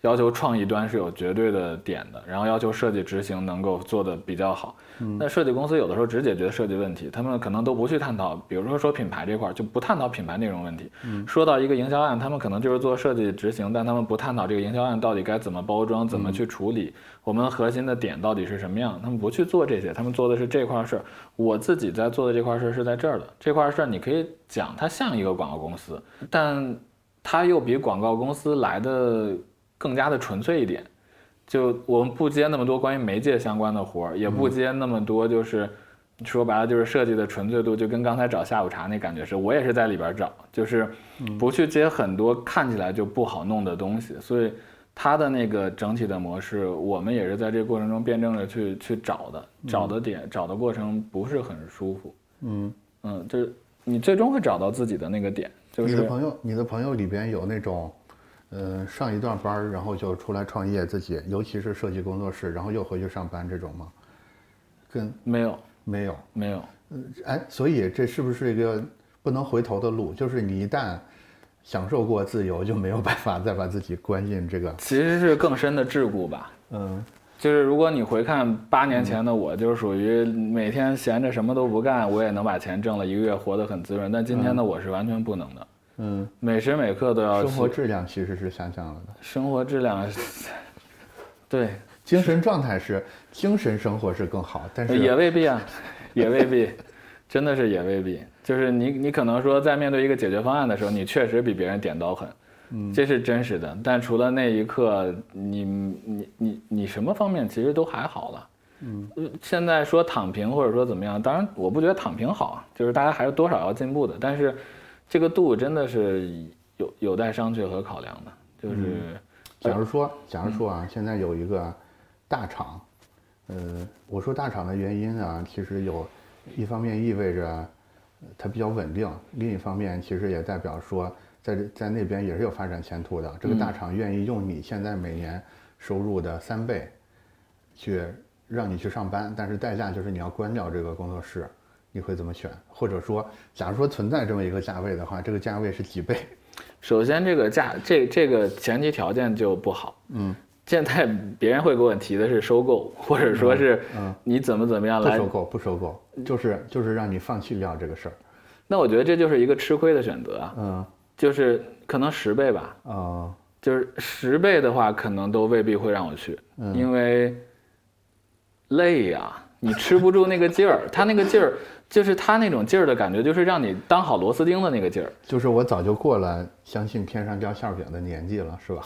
要求创意端是有绝对的点的，然后要求设计执行能够做得比较好。那设计公司有的时候只解决设计问题，他们可能都不去探讨，比如说品牌这块就不探讨品牌内容问题。说到一个营销案，他们可能就是做设计执行，但他们不探讨这个营销案到底该怎么包装，怎么去处理，我们核心的点到底是什么样，他们不去做这些，他们做的是这块事儿。我自己在做的这块事儿是在这儿的，这块事儿你可以讲它像一个广告公司，但它又比广告公司来的更加的纯粹一点。就我们不接那么多关于媒介相关的活儿，也不接那么多就是说白了就是设计的纯粹度，就跟刚才找下午茶那感觉是，我也是在里边找，就是不去接很多看起来就不好弄的东西，所以它的那个整体的模式，我们也是在这个过程中辩证着去找的，找的点，找的过程不是很舒服。就是你最终会找到自己的那个点。就是你的朋友里边有那种。上一段班然后就出来创业自己，尤其是设计工作室，然后又回去上班这种吗？ 没有。 所以这是不是一个不能回头的路？就是你一旦享受过自由，就没有办法再把自己关进这个。 其实是更深的桎梏吧。就是如果你回看8年前的我，就是属于每天闲着什么都不干，我也能把钱挣了，一个月活得很滋润。但今天的我是完全不能的。每时每刻都要。 生活质量其实是下降了的。 生活质量，对， 精神状态是精神生活是更好，但是也未必啊，也未必，真的是也未必。就是你可能说在面对一个解决方案的时候，你确实比别人点刀狠，这是真实的。但除了那一刻，你什么方面其实都还好了。现在说躺平或者说怎么样，当然我不觉得躺平好，就是大家还是多少要进步的，但是。这个度真的是有待商榷和考量的，就是， 假如说啊，现在有一个大厂，我说大厂的原因啊，其实一方面意味着它比较稳定，另一方面其实也代表说在那边也是有发展前途的。这个大厂愿意用你现在每年收入的3倍，去让你去上班，但是代价就是你要关掉这个工作室。你会怎么选？或者说，假如说存在这么一个价位的话，这个价位是几倍？ 首先，这个这个前提条件就不好。现在别人会给我提的是收购，或者说是你怎么样来不收购，就是让你放弃掉这个事儿。 那我觉得这就是一个吃亏的选择啊。就是可能10倍吧。就是10倍的话，可能都未必会让我去，因为累呀。你吃不住那个劲儿，他那个劲儿就是他那种劲儿的感觉，就是让你当好螺丝钉的那个劲儿。 就是我早就过了相信天上掉馅饼的年纪了，是吧？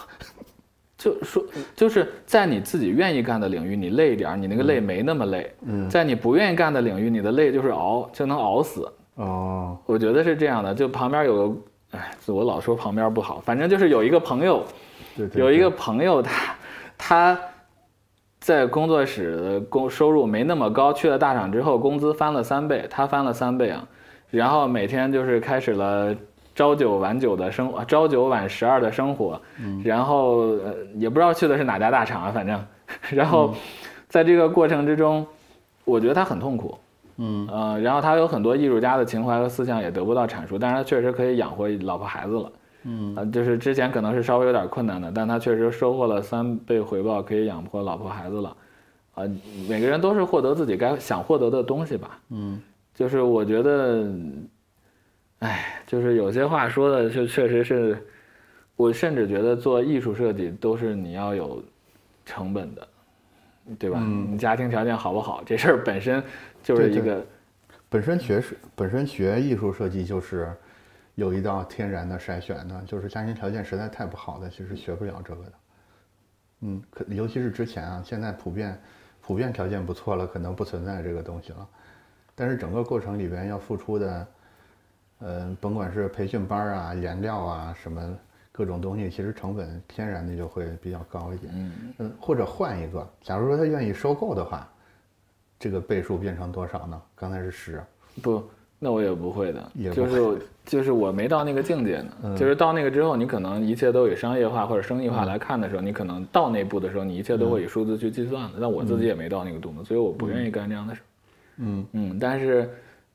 就是在你自己愿意干的领域，你累一点，你那个累没那么累。在你不愿意干的领域，你的累就是就能熬死。我觉得是这样的。就旁边有个，我老说旁边不好，反正就是有一个朋友，有一个朋友他。在工作室的收入没那么高，去了大厂之后工资翻了3倍，他翻了3倍啊，然后每天就是开始了朝9晚9的生活，朝9晚12的生活，然后也不知道去的是哪家大厂啊，反正，然后在这个过程之中，我觉得他很痛苦，然后他有很多艺术家的情怀和思想也得不到阐述，但是他确实可以养活老婆孩子了。就是之前可能是稍微有点困难的，但他确实收获了3倍回报，可以养活老婆孩子了，每个人都是获得自己想获得的东西吧。就是我觉得，就是有些话说的就确实是，我甚至觉得做艺术设计都是你要有成本的，对吧？你家庭条件好不好，这事儿本身就是一个， 本身学艺术设计就是。有一道天然的筛选的，就是家庭条件实在太不好的，其实学不了这个的。尤其是之前啊，现在普遍条件不错了，可能不存在这个东西了。但是整个过程里边要付出的，甭管是培训班啊、颜料啊什么各种东西，其实成本天然的就会比较高一点。或者换一个，假如说他愿意收购的话，这个倍数变成多少呢？刚才是10。 不。那我也不会的，就是我没到那个境界呢。就是到那个之后，你可能一切都以商业化或者生意化来看的时候，你可能到那步的时候，你一切都会以数字去计算的。但我自己也没到那个度呢，所以我不愿意干这样的事。但是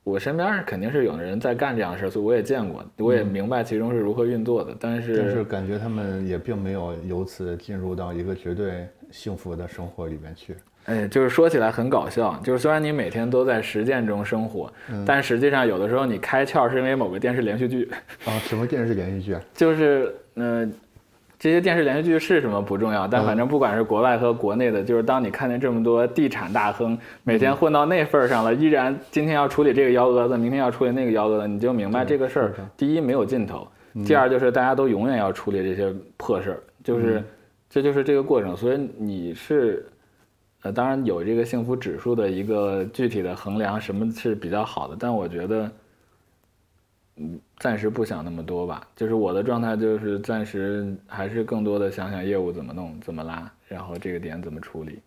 我身边肯定是有人在干这样的事，所以我也见过，我也明白其中是如何运作的。但是感觉他们也并没有由此进入到一个绝对幸福的生活里面去。 哎，就是说起来很搞笑，就是虽然你每天都在实践中生活，但实际上有的时候你开窍是因为某个电视连续剧。 啊，什么电视连续剧？ 就是这些电视连续剧是什么不重要，但反正不管是国外和国内的，就是当你看见这么多地产大亨每天混到那份上了，依然今天要处理这个幺蛾子，明天要处理那个幺蛾子，你就明白这个事儿，第一没有尽头，第二就是大家都永远要处理这些破事儿，就是这就是这个过程。所以你是当然有这个幸福指数的一个具体的衡量，什么是比较好的，但我觉得暂时不想那么多吧，就是我的状态就是暂时还是更多的想想业务怎么弄怎么拉，然后这个点怎么处理。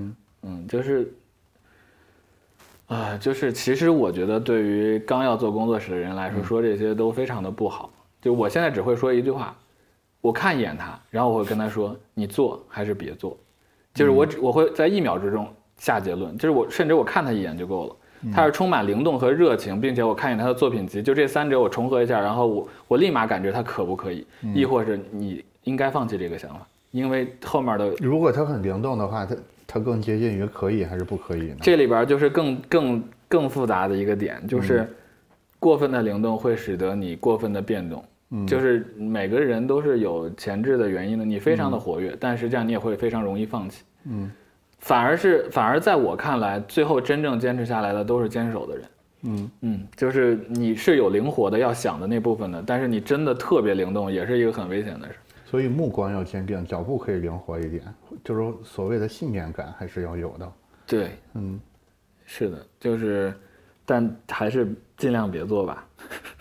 就是其实我觉得对于刚要做工作室的人来说，说这些都非常的不好。就我现在只会说一句话，我看一眼他，然后我会跟他说你做还是别做，就是我会在1秒之中下结论，就是甚至我看他一眼就够了。他是充满灵动和热情，并且我看见他的作品集，就这3者我重合一下，然后我立马感觉他可不可以，亦或是你应该放弃这个想法，因为后面的如果他很灵动的话，他更接近于可以还是不可以呢？ 这里边就是更复杂的一个点，就是过分的灵动会使得你过分的变动。就是每个人都是有前置的原因的，你非常的活跃，但实际上你也会非常容易放弃。反而在我看来，最后真正坚持下来的都是坚守的人。就是你是有灵活的要想的那部分的，但是你真的特别灵动，也是一个很危险的事。 所以目光要坚定，脚步可以灵活一点，就是所谓的信念感还是要有的。 对，是的，就是，但还是尽量别做吧。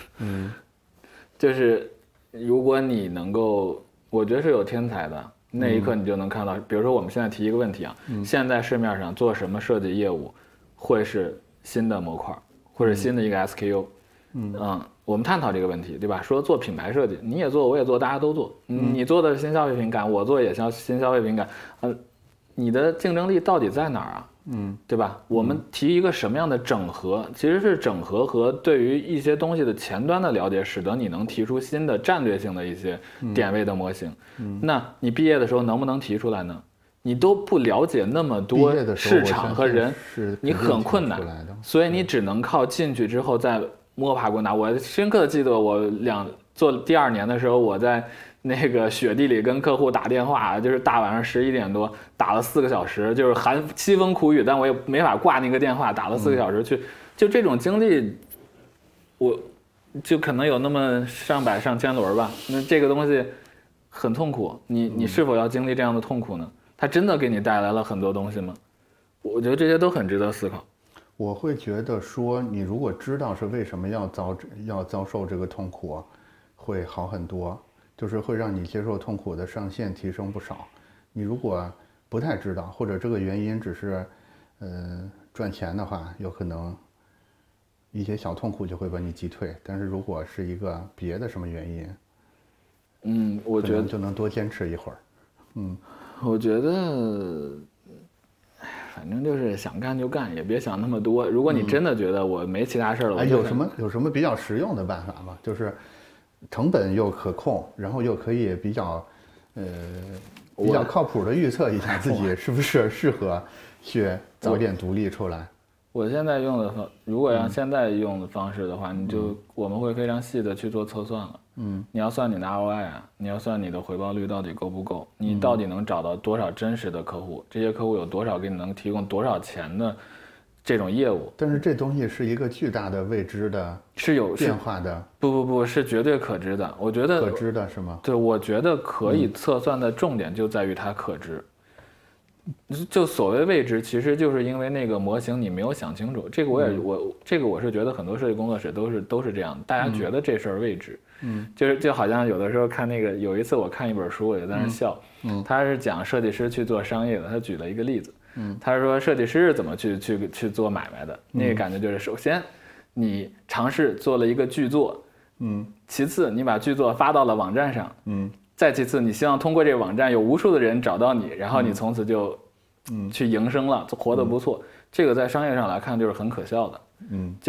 就是如果你能够，我觉得是有天才的。那一刻你就能看到，比如说我们现在提一个问题啊，现在市面上做什么设计业务会是新的模块或者新的一个 SKU？我们探讨这个问题，对吧？说做品牌设计，你也做，我也做，大家都做。你做的新消费品感，我做也像新消费品感，你的竞争力到底在哪儿啊？对吧？我们提一个什么样的整合，其实是整合和对于一些东西的前端的了解，使得你能提出新的战略性的一些点位的模型。那你毕业的时候能不能提出来呢？你都不了解那么多市场和人，你很困难，所以你只能靠进去之后再摸爬滚打。我深刻的记得我做第2年的时候，我在那个雪地里跟客户打电话，就是大晚上11点多打了4个小时，就是凄风苦雨，但我也没法挂那个电话，打了4个小时去，就这种经历，我就可能有那么上百上千轮吧。那这个东西很痛苦，你是否要经历这样的痛苦呢？它真的给你带来了很多东西吗？我觉得这些都很值得思考。 我会觉得说，你如果知道是为什么要遭受这个痛苦，会好很多。就是会让你接受痛苦的上限提升不少。你如果不太知道，或者这个原因只是，赚钱的话，有可能一些小痛苦就会把你击退。但是如果是一个别的什么原因，我觉得就能多坚持一会儿。 我觉得，反正就是想干就干，也别想那么多。如果你真的觉得我没其他事了， 有什么比较实用的办法吗？就是成本又可控，然后又可以比较靠谱的预测一下自己是不是适合去早点独立出来。 我现在用的如果让现在用的方式的话，我们会非常细的去做测算了。你要算你的 ROI 啊，你要算你的回报率到底够不够，你到底能找到多少真实的客户，这些客户有多少给你能提供多少钱的这种业务。 但是这东西是一个巨大的未知的， 是有变化的。 不，是绝对可知的。我觉得可知的是吗？ 对，我觉得可以测算的重点就在于它可知。就所谓未知，其实就是因为那个模型你没有想清楚。这个我是觉得很多设计工作室都是这样，大家觉得这事儿未知。就好像有的时候看那个，有一次我看一本书，我就在那笑。他是讲设计师去做商业的，他举了一个例子。他说设计师是怎么去做买卖的？那个感觉就是，首先你尝试做了一个剧作，其次你把剧作发到了网站上，再其次你希望通过这个网站有无数的人找到你，然后你从此就去营生了，活得不错。这个在商业上来看就是很可笑的。就是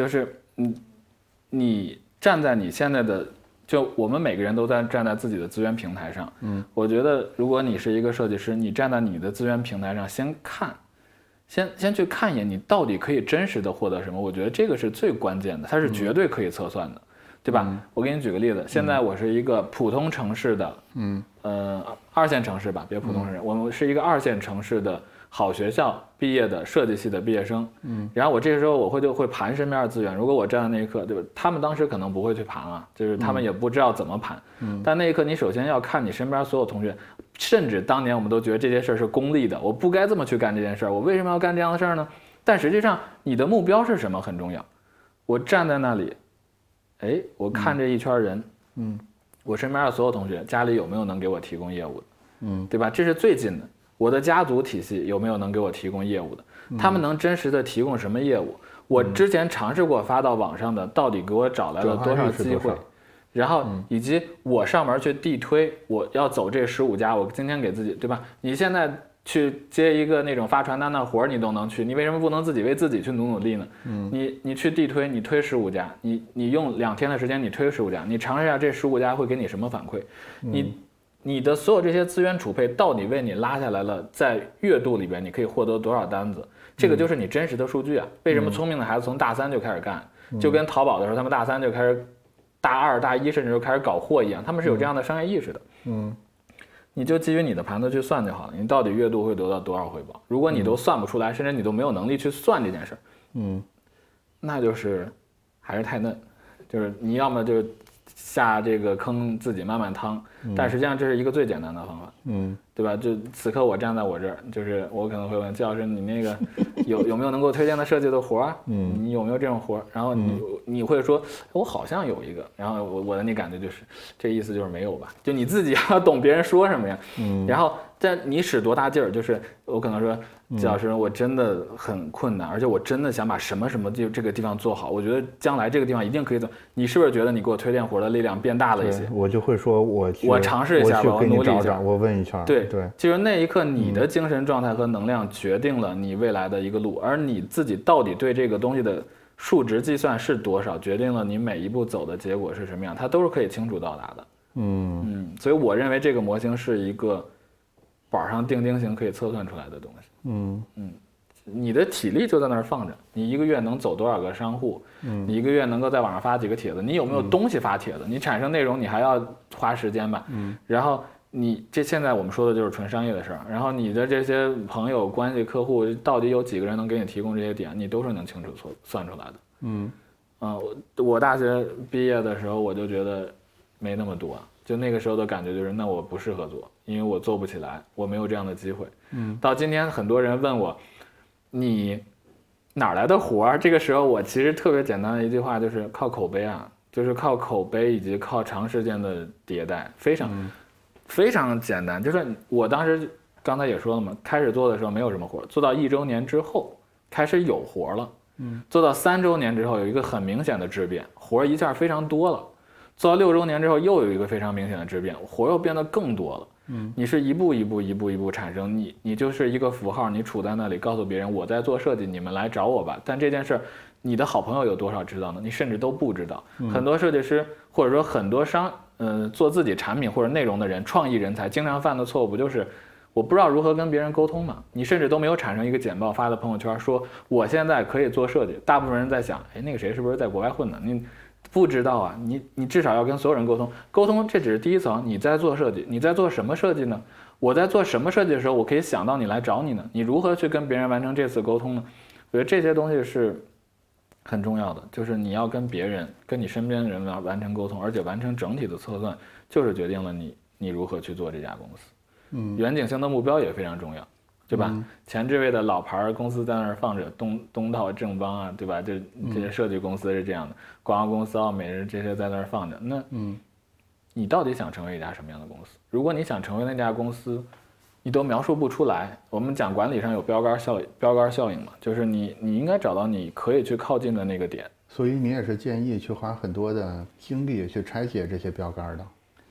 你站在你现在的，就我们每个人都站在自己的资源平台上，我觉得如果你是一个设计师，你站在你的资源平台上，先去看一眼，你到底可以真实的获得什么？我觉得这个是最关键的，它是绝对可以测算的，对吧？我给你举个例子，现在我是一个普通城市的，2线城市吧，别普通城市，我们是一个2线城市的好学校毕业的设计系的毕业生，然后我这个时候我就会盘身边的资源，如果我站在那一刻，对吧？他们当时可能不会去盘啊，就是他们也不知道怎么盘，但那一刻你首先要看你身边所有同学。甚至当年我们都觉得这件事是功利的，我不该这么去干这件事，我为什么要干这样的事呢？但实际上你的目标是什么很重要。我站在那里，我看这一圈人，我身边的所有同学家里有没有能给我提供业务的，对吧？这是最近的。我的家族体系有没有能给我提供业务的？他们能真实的提供什么业务？我之前尝试过发到网上的，到底给我找来了多少机会？然后以及我上门去地推，我要走这15家，我今天给自己，对吧？你现在去接一个那种发传单的活儿，你都能去，你为什么不能自己为自己去努力呢？你去地推，你推15家，你用2天的时间你推15家，你尝试一下这15家会给你什么反馈？你的所有这些资源储备到底为你拉下来了，在月度里边你可以获得多少单子？这个就是你真实的数据啊。为什么聪明的孩子从大3就开始干？就跟淘宝的时候，他们大3就开始。大2、大1甚至就开始搞货一样，他们是有这样的商业意识的。你就基于你的盘子去算就好了，你到底月度会得到多少回报？如果你都算不出来，甚至你都没有能力去算这件事，那就是还是太嫩，就是你要么就下这个坑自己慢慢趟，但实际上这是一个最简单的方法，对吧？就此刻我站在我这儿，就是我可能会问季老师，你那个有没有能够推荐的设计的活儿？你有没有这种活儿？然后你会说，我好像有一个，然后我的那感觉就是这意思就是没有吧？就你自己要懂别人说什么呀，然后但你使多大劲儿，就是我可能说。季老师，我真的很困难，而且我真的想把什么这个地方做好。我觉得将来这个地方一定可以做。你是不是觉得你给我推荐活的力量变大了一些？ 我就会说我尝试一下吧，我努力一下， 我问一下。 对，就是那一刻你的精神状态和能量决定了你未来的一个路，而你自己到底对这个东西的数值计算是多少，决定了你每一步走的结果是什么样，它都是可以清楚到达的。所以我认为这个模型是一个板上钉钉型可以测算出来的东西。你的体力就在那儿放着，你一个月能走多少个商户？你一个月能够在网上发几个帖子？你有没有东西发帖子？你产生内容，你还要花时间吧？然后你现在我们说的就是纯商业的事儿。然后你的这些朋友关系、客户到底有几个人能给你提供这些点？你都是能清楚算出来的。我大学毕业的时候我就觉得没那么多。就那个时候的感觉就是，那我不适合做，因为我做不起来，我没有这样的机会。到今天很多人问我，你哪来的活儿？这个时候我其实特别简单的一句话就是靠口碑啊，就是靠口碑以及靠长时间的迭代，非常简单。就是我当时刚才也说了嘛，开始做的时候没有什么活儿，做到1周年之后开始有活了，做到3周年之后有一个很明显的质变，活儿一下非常多了。做到6周年之后，又有一个非常明显的质变，活又变得更多了。你是一步产生，你就是一个符号，你处在那里告诉别人我在做设计，你们来找我吧。但这件事，你的好朋友有多少知道呢？你甚至都不知道。很多设计师或者说很多做自己产品或者内容的人，创意人才经常犯的错误不就是我不知道如何跟别人沟通嘛？你甚至都没有产生一个简报发到朋友圈说我现在可以做设计。大部分人在想，那个谁是不是在国外混呢？你不知道啊，你至少要跟所有人沟通，这只是第一层。你在做设计，你在做什么设计呢？我在做什么设计的时候，我可以想到你来找你呢？你如何去跟别人完成这次沟通呢？我觉得这些东西是很重要的，就是你要跟别人、跟你身边的人完成沟通，而且完成整体的测算，就是决定了你如何去做这家公司。远景性的目标也非常重要。对吧？前置位的老牌公司在那儿放着，东道正邦啊，对吧？这些设计公司是这样的，广告公司、奥美这些在那儿放着。那你到底想成为一家什么样的公司？如果你想成为那家公司，你都描述不出来。我们讲管理上有标杆效应嘛，就是你应该找到你可以去靠近的那个点。 所以你也是建议去花很多的精力去拆解这些标杆的。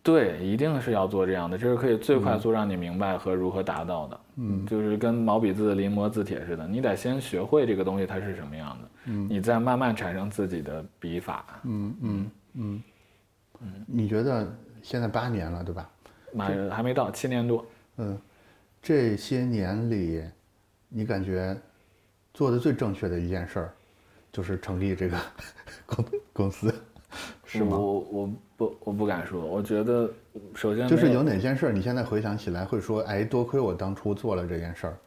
对，一定是要做这样的，这是可以最快速让你明白和如何达到的。就是跟毛笔字临摹字帖似的，你得先学会这个东西它是什么样的，你再慢慢产生自己的笔法。 你觉得现在8年了，对吧？ 还没到7年多。 这些年里，你感觉做的最正确的一件事儿，就是成立这个公司，是吗？ 我不敢说。我觉得首先就是有哪件事你现在回想起来会说，哎，多亏我当初做了这件事儿。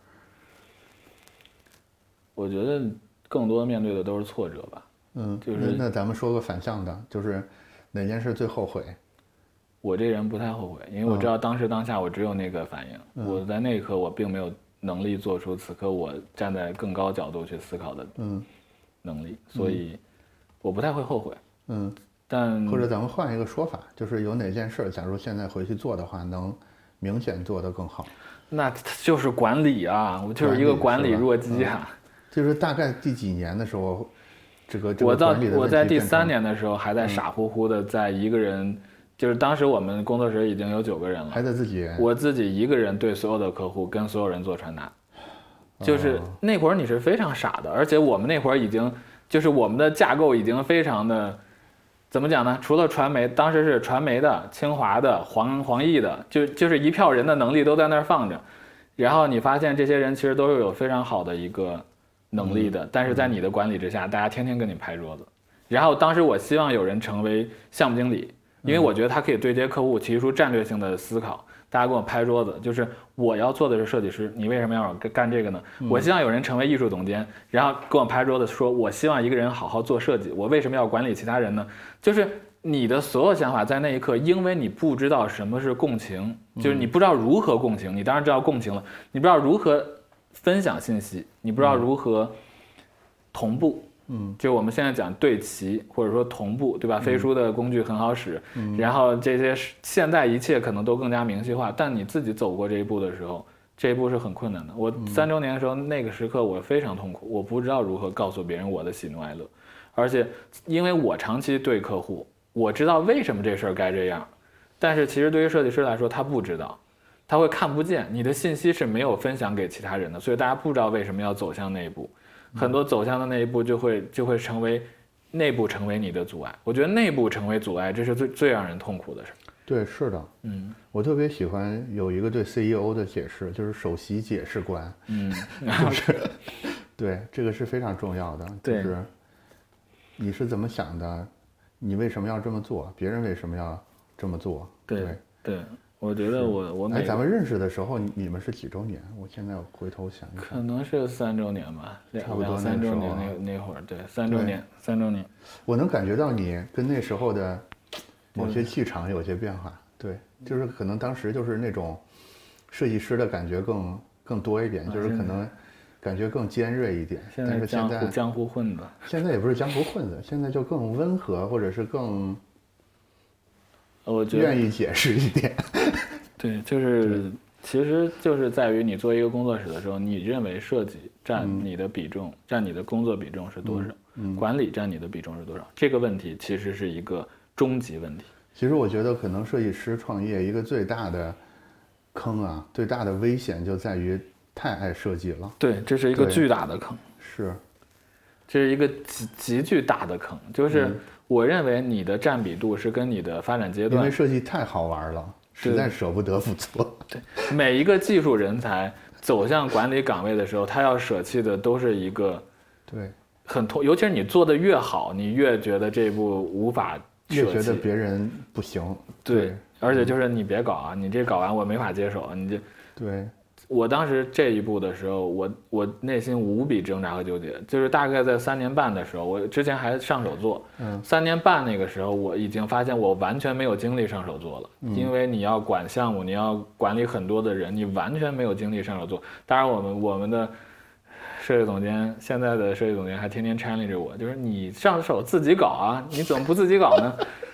我觉得更多面对的都是挫折吧。就是那咱们说个反向的，就是哪件事最后悔？ 我这人不太后悔，因为我知道当时当下我只有那个反应，我在那一刻我并没有能力做出此刻我站在更高角度去思考的能力，所以我不太会后悔。但或者咱们换一个说法，就是有哪件事，假如现在回去做的话，能明显做得更好？ 那就是管理啊，我就是一个管理弱鸡啊。 就是大概第几年的时候，这个我在第3年的时候还在傻乎乎的在一个人，就是当时我们工作室已经有9个人了， 还在我自己一个人对所有的客户跟所有人做传达，就是那会儿你是非常傻的，而且我们那会儿已经就是我们的架构已经非常的。怎么讲呢？除了传媒，当时是传媒的、清华的、黄奕的，就是一票人的能力都在那儿放着，然后你发现这些人其实都是有非常好的一个能力的，但是在你的管理之下，大家天天跟你拍桌子。然后当时我希望有人成为项目经理，因为我觉得他可以对接客户，提出战略性的思考。大家跟我拍桌子，就是我要做的是设计师，你为什么要干这个呢？我希望有人成为艺术总监，然后跟我拍桌子说，我希望一个人好好做设计，我为什么要管理其他人呢？就是你的所有想法在那一刻，因为你不知道什么是共情，就是你不知道如何共情，你当然知道共情了，你不知道如何分享信息，你不知道如何同步。就我们现在讲对齐或者说同步，对吧？飞书的工具很好使，然后这些现在一切可能都更加明细化，但你自己走过这一步的时候，这一步是很困难的。我3周年的时候，那个时刻我非常痛苦，我不知道如何告诉别人我的喜怒哀乐，而且因为我长期对客户，我知道为什么这事儿该这样，但是其实对于设计师来说，他不知道，他会看不见，你的信息是没有分享给其他人的，所以大家不知道为什么要走向那一步。很多走向的那一步就会成为内部成为你的阻碍。我觉得内部成为阻碍，这是最让人痛苦的事。 对，是的。我特别喜欢有一个对 CEO 的解释，就是首席解释官。就是对，这个是非常重要的。就是你是怎么想的，你为什么要这么做，别人为什么要这么做？对。 我觉得我咱们认识的时候，你们是几周年？我现在回头想一想， 可能是3周年吧， 差不多 2-3周年那会儿，对，3周年。 我能感觉到你跟那时候的某些气场有些变化，对，就是可能当时就是那种设计师的感觉更多一点，就是可能感觉更尖锐一点。但是现在江湖混子， 现在也不是江湖混子，现在就更温和，或者是更。 我觉得愿意解释一点。 对，就是其实就是在于你做一个工作室的时候，你认为设计占你的比重，占你的工作比重是多少？管理占你的比重是多少？这个问题其实是一个终极问题。 其实我觉得可能设计师创业一个最大的坑啊，最大的危险就在于太爱设计了。 对，这是一个巨大的坑。 是， 这是一个极巨大的坑，就是我认为你的占比度是跟你的发展阶段， 因为设计太好玩了，实在舍不得不做。 对，每一个技术人才走向管理岗位的时候，他要舍弃的都是一个对很痛，尤其是你做的越好，你越觉得这步无法舍弃， 越觉得别人不行。 对，而且就是你别搞啊，你这搞完我没法接受，你这对。 我当时这一步的时候，我内心无比挣扎和纠结，就是大概在3年半的时候，我之前还上手做，3年半那个时候，我已经发现我完全没有精力上手做了，因为你要管项目，你要管理很多的人，你完全没有精力上手做。当然，我们的设计总监，现在的设计总监还天天 challenge 我，就是你上手自己搞啊，你怎么不自己搞呢？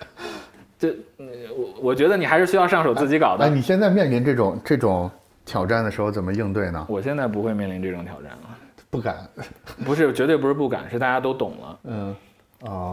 我觉得你还是需要上手自己搞的。 你现在面临这种挑战的时候怎么应对呢？ 我现在不会面临这种挑战了， 不敢， 不是，绝对不是不敢，是大家都懂了。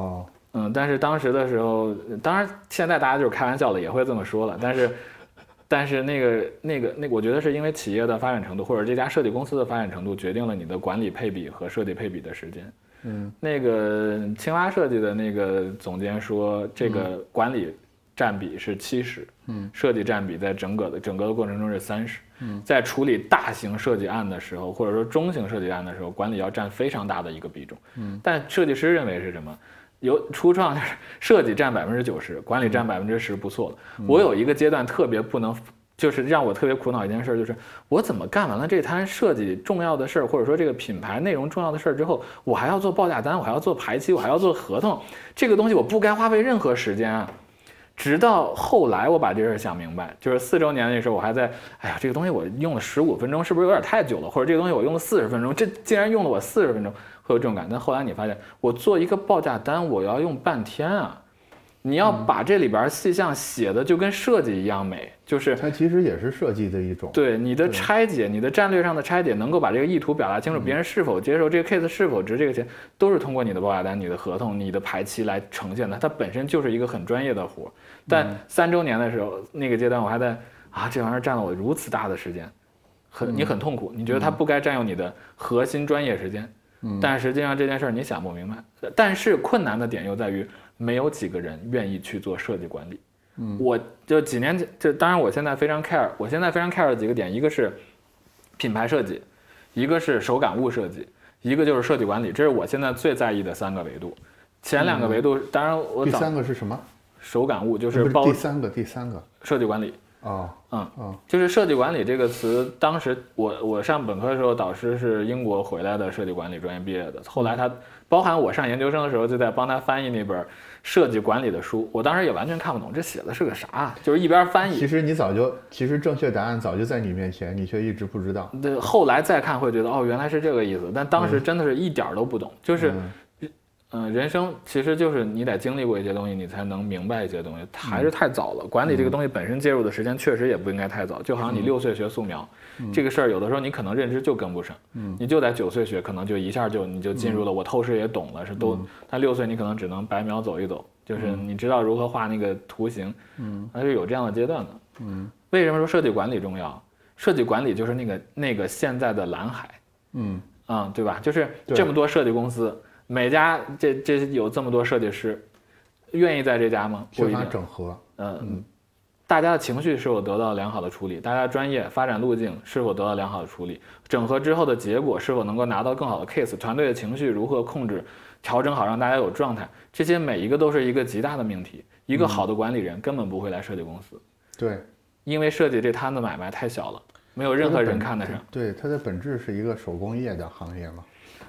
但是当时的时候，当然现在大家就是开玩笑了，也会这么说了。但是那个，我觉得是因为企业的发展程度，或者这家设计公司的发展程度，决定了你的管理配比和设计配比的时间。那个青蛙设计的那个总监说，这个管理占比是70，设计占比在整个的过程中是30。在处理大型设计案的时候，或者说中型设计案的时候，管理要占非常大的一个比重。但设计师认为是什么？初创就是设计占90%，管理占10%，不错了。我有一个阶段特别不能，就是让我特别苦恼一件事，就是我怎么干完了这摊设计重要的事儿，或者说这个品牌内容重要的事儿之后，我还要做报价单，我还要做排期，我还要做合同，这个东西我不该花费任何时间啊。直到后来我把这事想明白，就是4周年那时候我还在，哎呀，这个东西我用了15分钟，是不是有点太久了？或者这个东西我用了40分钟，这竟然用了我40分钟，会有这种感觉。但后来你发现，我做一个报价单我要用半天啊！你要把这里边细项写的就跟设计一样美，就是它其实也是设计的一种。 对你的拆解，你的战略上的拆解，能够把这个意图表达清楚，别人是否接受这个 case 是否值这个钱，都是通过你的报价单、你的合同、你的排期来呈现的。它本身就是一个很专业的活。但3周年的时候，那个阶段我还在这玩意儿占了我如此大的时间，你很痛苦，你觉得它不该占用你的核心专业时间。但实际上这件事儿你想不明白。但是困难的点又在于，没有几个人愿意去做设计管理。我就几年前，当然我现在非常 care， 的几个点，一个是品牌设计，一个是手感物设计，一个就是设计管理，这是我现在最在意的3个维度。前2个维度，当然第3个是什么？ 手感物就是第三个设计管理。就是设计管理这个词，当时我上本科的时候，导师是英国回来的设计管理专业毕业的，后来他包含我上研究生的时候就在帮他翻译那本设计管理的书，我当时也完全看不懂这写的是个啥，就是一边翻译。 其实正确答案早就在你面前，你却一直不知道。 对，后来再看会觉得原来是这个意思，但当时真的是一点都不懂，就是人生其实就是你得经历过一些东西，你才能明白一些东西，还是太早了。管理这个东西本身介入的时间确实也不应该太早，就好像你6岁学素描，这个事儿有的时候你可能认知就跟不上，你就在9岁学，可能就一下你就进入了，我透视也懂了，但6岁你可能只能白描走一走，就是你知道如何画那个图形，它是有这样的阶段的。为什么说设计管理重要？设计管理就是那个现在的蓝海，对吧？就是这么多设计公司。每家这有这么多设计师，愿意在这家吗？ 缺乏整合。 大家的情绪是否得到良好的处理？大家专业发展路径是否得到良好的处理？整合之后的结果是否能够拿到更好的 case？ 团队的情绪如何控制、调整好，让大家有状态？这些每一个都是一个极大的命题。一个好的管理人根本不会来设计公司。 对， 因为设计这摊子买卖太小了，没有任何人看得上。 对，它的本质是一个手工业的行业嘛。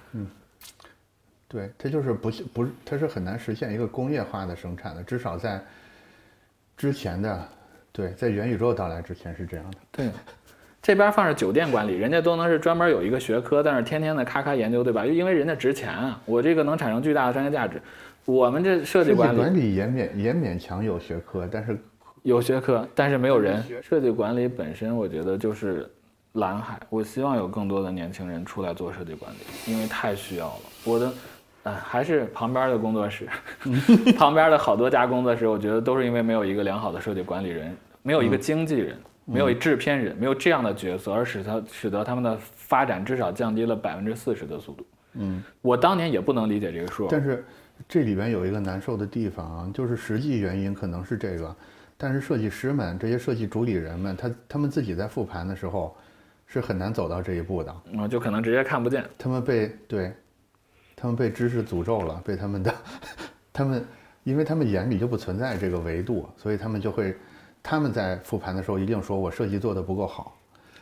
对，它就是它是很难实现一个工业化的生产的，至少在之前的，在元宇宙到来之前是这样的。 对，这边放着酒店管理，人家都能是专门有一个学科，但是天天的咔研究，对吧？因为人家值钱啊，我这个能产生巨大的商业价值。我们这设计管理也勉强有学科，但是有学科，但是没有人。设计管理本身，我觉得就是蓝海。我希望有更多的年轻人出来做设计管理，因为太需要了。还是旁边的工作室，旁边的好多家工作室，我觉得都是因为没有一个良好的设计管理人，没有一个经纪人，没有制片人，没有这样的角色，而使得他们的发展至少降低了40%的速度。我当年也不能理解这个数， 但是这里边有一个难受的地方啊，就是实际原因可能是这个，但是设计师们这些设计主理人们，他们自己在复盘的时候是很难走到这一步的， 就可能直接看不见， 他们被知识诅咒了，被因为他们眼里就不存在这个维度，所以他们在复盘的时候一定说我设计做得不够好，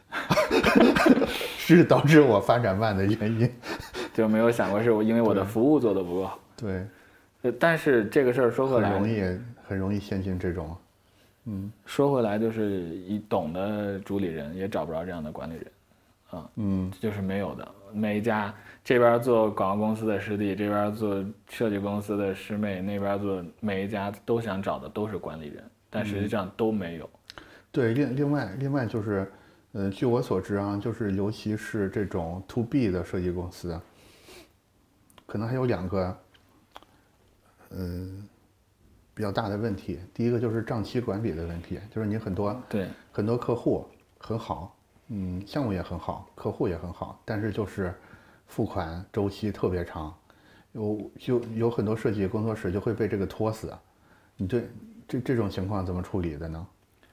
是导致我发展慢的原因， 就没有想过是因为我的服务做得不够好。 对， 但是这个事儿说回来， 很容易陷进这种， 说回来就是懂的主理人也找不着这样的管理人，就是没有的。每一家这边做广告公司的师弟，这边做设计公司的师妹，那边做每一家都想找的都是管理人，但实际上都没有。 对，另外就是，据我所知啊，就是尤其是这种 to B 的设计公司，可能还有2个比较大的问题。第一个就是账期管理的问题，就是你很多客户很好，项目也很好，客户也很好，但是就是付款周期特别长，有很多设计工作室就会被这个拖死。你对这种情况怎么处理的呢？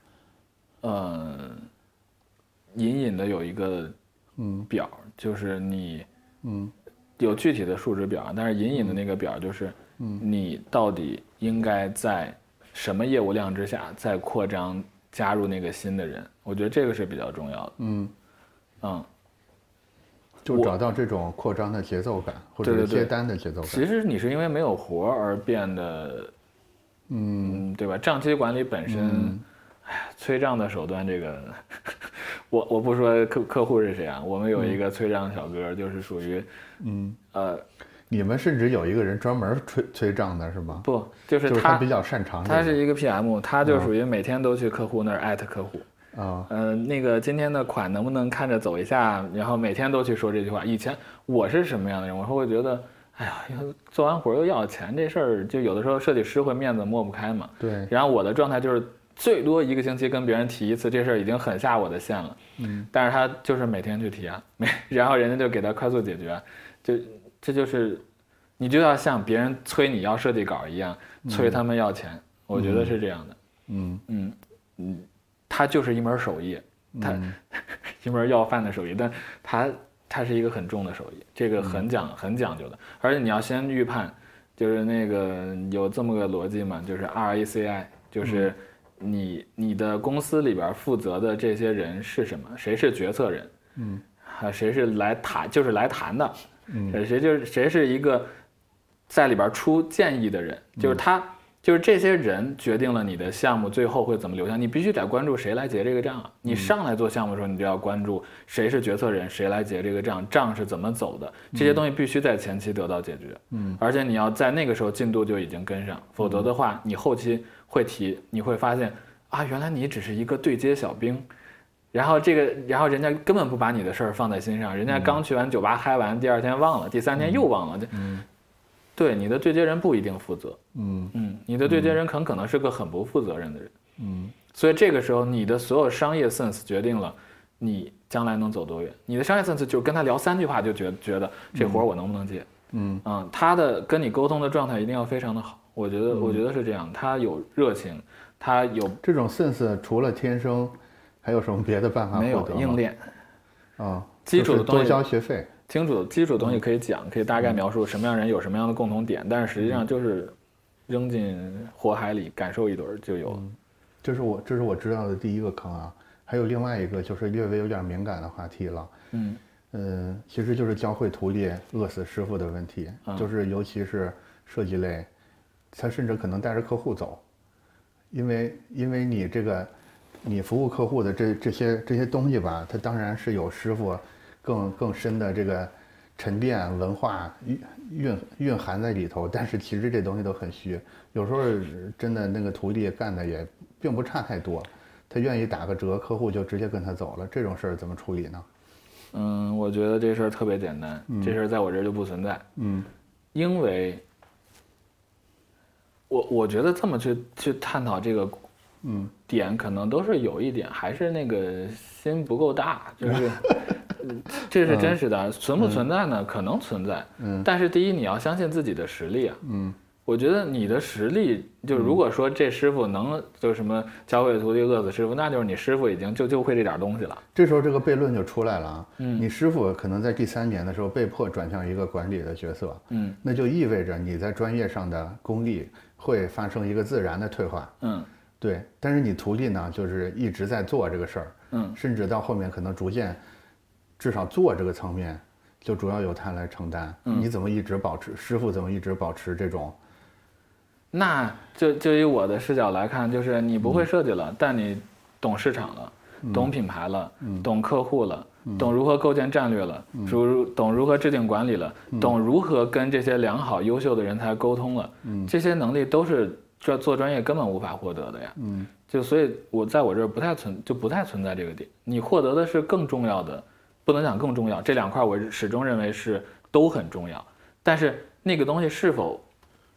隐隐的有一个表，就是你有具体的数值表，但是隐隐的那个表就是你到底应该在什么业务量之下再扩张加入那个新的人，我觉得这个是比较重要的。 就找到这种扩张的节奏感，或者接单的节奏感。 其实你是因为没有活而变得，对吧？账期管理本身，催账的手段这个，我不说客户是谁啊，我们有一个催账小哥，就是属于， 你们甚至有一个人专门催账的是吗？ 不，就是他比较擅长。 他是一个 PM， 他就属于每天都去客户那儿艾特客户。那个今天的款能不能看着走一下？然后每天都去说这句话。以前我是什么样的人？我会觉得，哎呀，做完活又要钱这事儿，就有的时候设计师会面子抹不开嘛。 对。 然后我的状态就是最多1个星期跟别人提一次，这事儿已经很下我的线了。但是他就是每天去提啊，然后人家就给他快速解决，这就是你就要像别人催你要设计稿一样，催他们要钱。我觉得是这样的。它就是一门手艺，一门要饭的手艺，但它是一个很重的手艺，这个很讲究的，而且你要先预判，就是那个有这么个逻辑嘛，就是 RACI， 就是你的公司里边负责的这些人是什么，谁是决策人，谁是来谈的，谁是一个在里边出建议的人，就是这些人决定了你的项目最后会怎么流向，你必须得关注谁来结这个账啊！你上来做项目的时候，你就要关注谁是决策人，谁来结这个账，账是怎么走的，这些东西必须在前期得到解决。而且你要在那个时候进度就已经跟上，否则的话，你后期你会发现啊，原来你只是一个对接小兵，然后人家根本不把你的事儿放在心上，人家刚去完酒吧嗨完，第2天忘了，第3天又忘了。对，你的对接人不一定负责，你的对接人很可能是个很不负责任的人，所以这个时候你的所有商业 sense 决定了你将来能走多远。你的商业 sense 就是跟他聊3句话就觉得这活我能不能接，他的跟你沟通的状态一定要非常的好，我觉得是这样，他有热情，他有这种 sense， 除了天生，还有什么别的办法获得吗？ 没有，硬练， 基础的东西多交学费。 清楚基础的东西可以讲，可以大概描述什么样人有什么样的共同点，但是实际上就是扔进火海里感受一顿就有了。 这是我知道的第一个坑啊，还有另外一个就是略微有点敏感的话题了。其实就是教会徒弟饿死师傅的问题，就是尤其是设计类，他甚至可能带着客户走，因为你服务客户的这些东西吧，它当然是有师傅更深的这个沉淀文化蕴含在里头，但是其实这东西都很虚，有时候真的那个徒弟干的也并不差太多，他愿意打个折，客户就直接跟他走了，这种事儿怎么处理呢？ 我觉得这事儿特别简单，这事儿在我这儿就不存在，因为我觉得这么去探讨这个点，可能都是有一点还是那个心不够大，就是这是真实的，存不存在呢？可能存在，但是第一你要相信自己的实力啊，我觉得你的实力，就如果说这师傅能就什么教会徒弟饿死师傅，那就是你师傅已经就会这点东西了。 这时候这个悖论就出来了啊，你师傅可能在第3年的时候被迫转向一个管理的角色，那就意味着你在专业上的功力会发生一个自然的退化，对。但是你徒弟呢，就是一直在做这个事儿，甚至到后面可能逐渐，至少做这个层面，就主要由他来承担。你怎么一直保持师傅怎么一直保持这种？ 那就以我的视角来看，就是你不会设计了，但你懂市场了，懂品牌了，懂客户了，懂如何构建战略了，懂如何制定管理了，懂如何跟这些良好优秀的人才沟通了，这些能力都是做专业根本无法获得的呀。就所以我在我这儿不太存在这个点，你获得的是更重要的，不能讲更重要，这2块我始终认为是都很重要，但是那个东西是否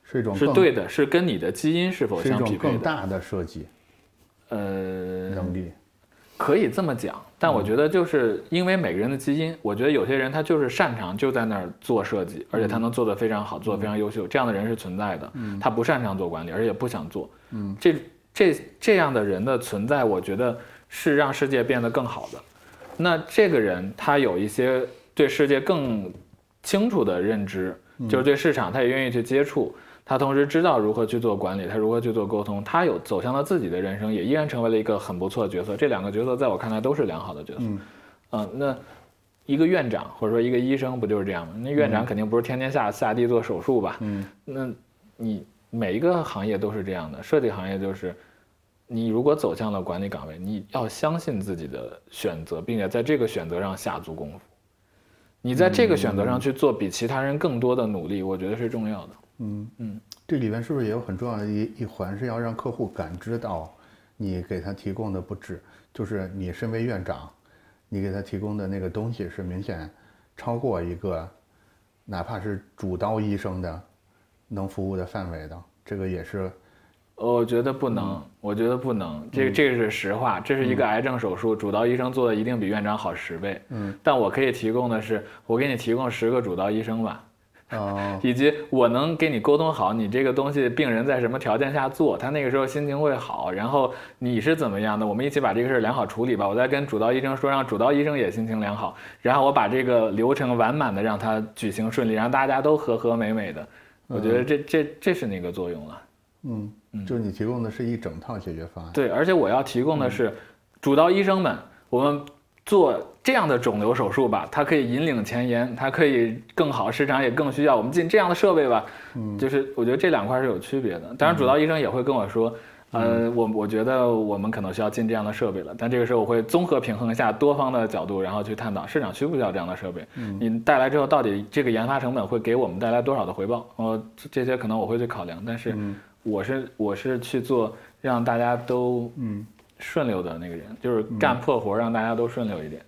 是一种是对的，是跟你的基因是否相匹配的， 是一种更大的设计能力。 可以这么讲，但我觉得就是因为每个人的基因，我觉得有些人他就是擅长就在那儿做设计，而且他能做得非常好，做得非常优秀，这样的人是存在的。他不擅长做管理，而且不想做。这样的人的存在，我觉得是让世界变得更好的。那这个人他有一些对世界更清楚的认知，就是对市场他也愿意去接触。他同时知道如何去做管理，他如何去做沟通，他有走向了自己的人生，也依然成为了一个很不错的角色。这两个角色在我看来都是良好的角色。那一个院长或者说一个医生不就是这样吗？那院长肯定不是天天下地做手术吧？那你每一个行业都是这样的，设计行业就是你如果走向了管理岗位，你要相信自己的选择，并且在这个选择上下足功夫。你在这个选择上去做比其他人更多的努力，我觉得是重要的。 这里面是不是也有很重要的一环，是要让客户感知到你给他提供的不止，就是你身为院长，你给他提供的那个东西是明显超过一个哪怕是主刀医生的能服务的范围的，这个也是。 我觉得不能，我觉得不能，这是实话，这是一个癌症手术，主刀医生做的一定比院长好10倍。但我可以提供的是，我给你提供10个主刀医生吧。以及我能给你沟通好你这个东西病人在什么条件下做，他那个时候心情会好，然后你是怎么样的，我们一起把这个事良好处理吧。我再跟主刀医生说，让主刀医生也心情良好，然后我把这个流程完满的让他举行顺利，让大家都和和美美的。我觉得这是那个作用了。 就是你提供的是一整套解决方案。 对，而且我要提供的是主刀医生们，我们做这样的肿瘤手术吧，它可以引领前沿，它可以更好，市场也更需要我们进这样的设备吧。就是我觉得这两块是有区别的。当然，主刀医生也会跟我说，我觉得我们可能需要进这样的设备了。但这个时候我会综合平衡一下多方的角度，然后去探讨市场需不需要这样的设备。你带来之后，到底这个研发成本会给我们带来多少的回报？这些可能我会去考量。但是我是去做让大家都顺溜的那个人，就是干破活让大家都顺溜一点。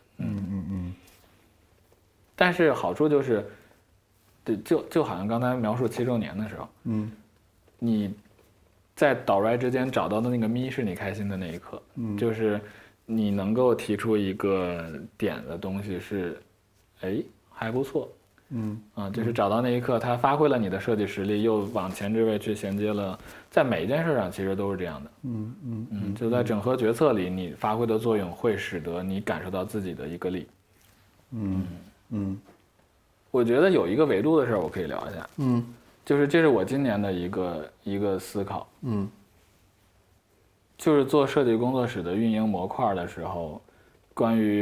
但是好处就是，对，就好像刚才描述7周年的时候，你在导 right 之间找到的那个咪是你开心的那一刻，就是你能够提出一个点的东西是，还不错，就是找到那一刻，它发挥了你的设计实力，又往前置位去衔接了，在每一件事上其实都是这样的，就在整合决策里，你发挥的作用会使得你感受到自己的一个力，我觉得有一个维度的事儿我可以聊一下，就是这是我今年的一个思考，就是做设计工作室的运营模块的时候，关于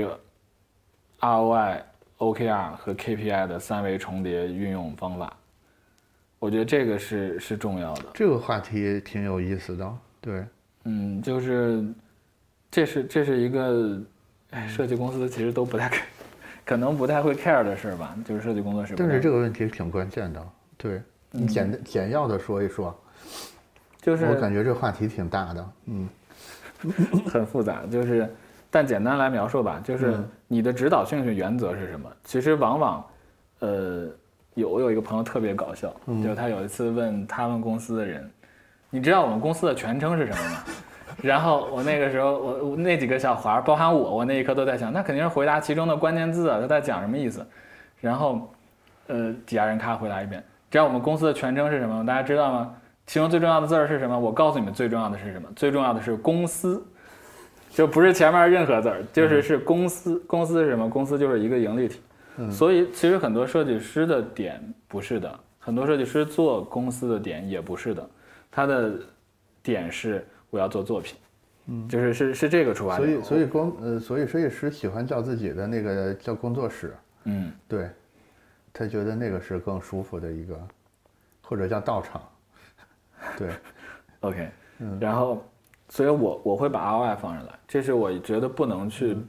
ROI、OKR 和 KPI 的3维重叠运用方法，我觉得这个是重要的。 这个话题挺有意思的，对， 就是这是一个，设计公司其实都不太可能不太会 care 的事吧，就是设计工作室。 但是这个问题挺关键的，对，你简要的说一说，就是我感觉这个话题挺大的， 很复杂，就是但简单来描述吧，就是你的指导性原则是什么？其实往往，我有一个朋友特别搞笑，就他有一次问他们公司的人，你知道我们公司的全称是什么吗？然后我那个时候，我那几个小孩，包含我那一刻都在想，那肯定是回答其中的关键字啊，他在讲什么意思？然后，底下人咔回答一遍，知道我们公司的全称是什么吗？大家知道吗？其中最重要的字儿是什么？我告诉你们，最重要的是什么？最重要的是公司，就不是前面任何字儿，就是公司。公司是什么？公司就是一个盈利体。所以其实很多设计师的点不是的，很多设计师做公司的点也不是的，他的点是我要做作品，就是这个出发点。 所以设计师喜欢叫自己的那个叫工作室，对，他觉得那个是更舒服的一个，或者叫道场，对 ，OK，然后，所以我会把 ROI 放上来，这是我觉得不能去，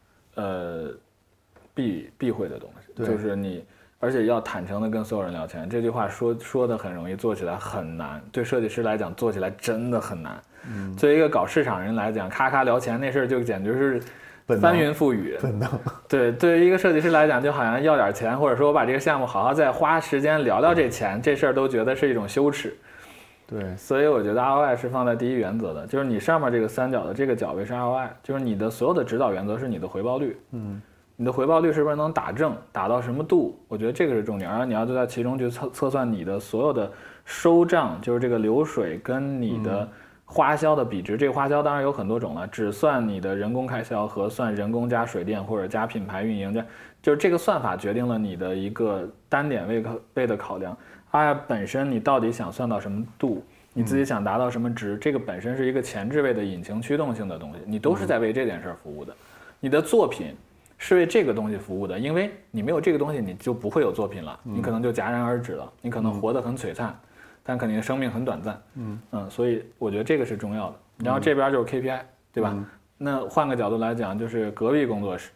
避讳的东西，就是你，而且要坦诚的跟所有人聊钱。这句话说的很容易，做起来很难。对设计师来讲，做起来真的很难。作为一个搞市场人来讲，咔咔聊钱那事儿就简直是翻云覆雨。 本能。 对，对于一个设计师来讲，就好像要点钱，或者说我把这个项目好好再花时间聊聊这钱，这事儿都觉得是一种羞耻。 对， 所以我觉得 ROI 是放在第一原则的，就是你上面这个三角的这个角位是 ROI， 就是你的所有的指导原则是你的回报率。你的回报率是不是能打正，打到什么度？我觉得这个是重点，然后你要就在其中去测算你的所有的收账，就是这个流水跟你的花销的比值。这个花销当然有很多种了，只算你的人工开销和算人工加水电或者加品牌运营，就是这个算法决定了你的一个单点位的考量。本身你到底想算到什么度，你自己想达到什么值，这个本身是一个前置位的引擎驱动性的东西，你都是在为这件事儿服务的。你的作品是为这个东西服务的，因为你没有这个东西，你就不会有作品了，你可能就戛然而止了，你可能活得很璀璨，但肯定生命很短暂。所以我觉得这个是重要的。然后这边就是 KPI， 对吧？那换个角度来讲，就是隔壁工作室。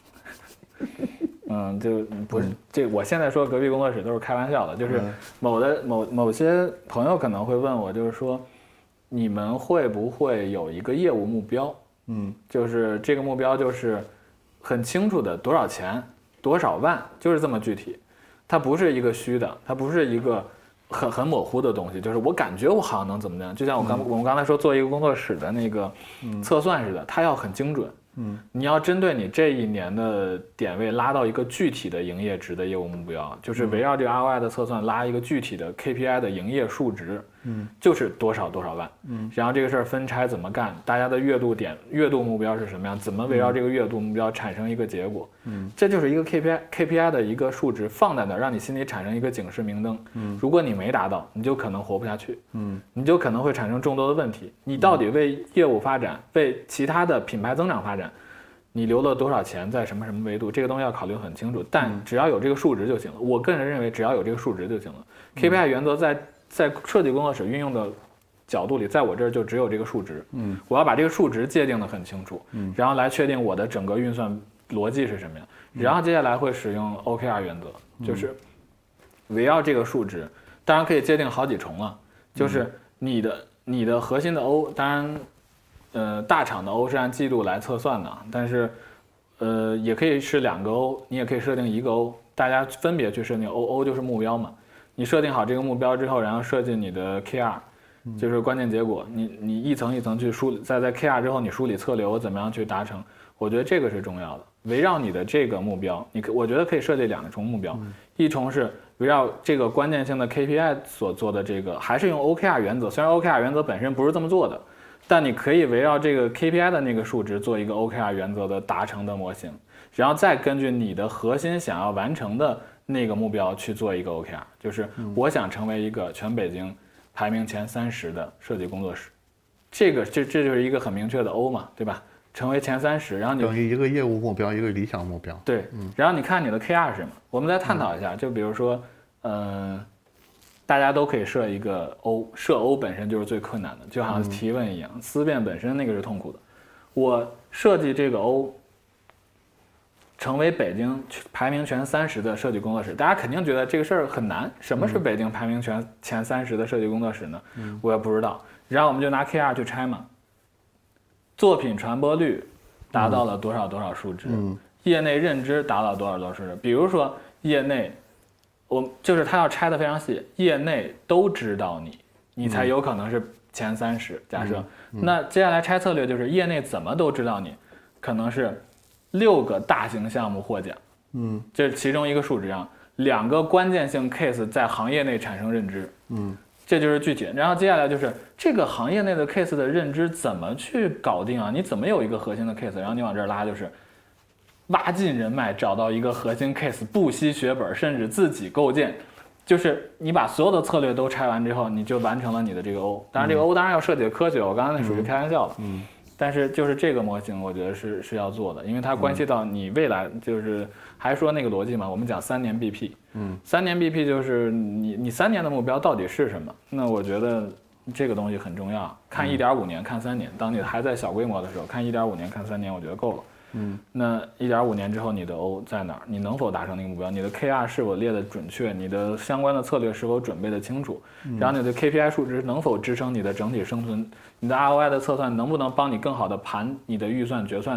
就不是这，我现在说隔壁工作室都是开玩笑的，就是某些朋友可能会问我，就是说你们会不会有一个业务目标？就是这个目标就是很清楚的多少钱多少万，就是这么具体，它不是一个虚的，它不是一个很模糊的东西，就是我感觉我好像能怎么样，就像我们刚才说做一个工作室的那个测算似的，它要很精准。你要针对你这一年的点位拉到一个具体的营业值的业务目标，就是围绕这个 ROI 的测算拉一个具体的 KPI 的营业数值，就是多少多少万，然后这个事儿分拆怎么干，大家的月度目标是什么样，怎么围绕这个月度目标产生一个结果，这就是一个 KPI 的一个数值放在那儿，让你心里产生一个警示明灯，如果你没达到，你就可能活不下去，你就可能会产生众多的问题，你到底为业务发展，为其他的品牌增长发展，你留了多少钱在什么维度，这个东西要考虑很清楚，但只要有这个数值就行了。我个人认为只要有这个数值就行了。KPI 原则在设计工作室运用的角度里，在我这儿就只有这个数值。我要把这个数值界定得很清楚，然后来确定我的整个运算逻辑是什么样。然后接下来会使用 OKR 原则，就是围绕这个数值，当然可以界定好几重了，就是你的核心的 O， 当然。大厂的 O 是按季度来测算的，但是，也可以是2个 O， 你也可以设定1个 O， 大家分别去设定 O 就是目标嘛。你设定好这个目标之后，然后设计你的 KR， 就是关键结果。你一层一层去梳理，在 KR 之后，你梳理策略，我怎么样去达成？我觉得这个是重要的。围绕你的这个目标，我觉得可以设计2重目标，一重是围绕这个关键性的 KPI 所做的这个，还是用 OKR 原则，虽然 OKR 原则本身不是这么做的。但你可以围绕这个 KPI 的那个数值做一个 OKR 原则的达成的模型，然后再根据你的核心想要完成的那个目标去做一个 OKR， 就是我想成为一个全北京排名前30的设计工作室，这就是一个很明确的 O 嘛，对吧？成为前30，然后你等于一个业务目标，一个理想目标。 对，然后你看你的 KR 是什么？我们再探讨一下，就比如说，大家都可以设一个 O， 设 O 本身就是最困难的，就好像提问一样，思辨本身那个是痛苦的。我设计这个 O， 成为北京排名前30的设计工作室，大家肯定觉得这个事儿很难。什么是北京排名前30的设计工作室呢？我也不知道。然后我们就拿 KR 去拆嘛，作品传播率达到了多少多少数值，业内认知达到多少多少数值。比如说业内。就是他要拆得非常细，业内都知道你才有可能是前30。假设，那接下来拆策略就是业内怎么都知道你，可能是6个大型项目获奖，这是其中一个数值上，2个关键性 case 在行业内产生认知，这就是具体。然后接下来就是这个行业内的 case 的认知怎么去搞定啊？你怎么有一个核心的 case， 然后你往这儿拉就是。挖尽人脉，找到一个核心 case， 不惜血本，甚至自己构建，就是你把所有的策略都拆完之后，你就完成了你的这个 O。当然，这个 O 当然要设计的科学，我刚才那属于开玩笑了。但是就是这个模型，我觉得是要做的，因为它关系到你未来，就是还说那个逻辑嘛，我们讲3年 BP。3年 BP 就是你3年的目标到底是什么？那我觉得这个东西很重要。看1.5年，看3年，当你还在小规模的时候，看1.5年，看3年，我觉得够了。那1.5年之后你的 O 在哪儿？你能否达成那个目标？你的 KR 是否列得准确？你的相关的策略是否准备得清楚？然后你的 KPI 数值能否支撑你的整体生存？你的 ROI 的测算能不能帮你更好的盘你的预算决算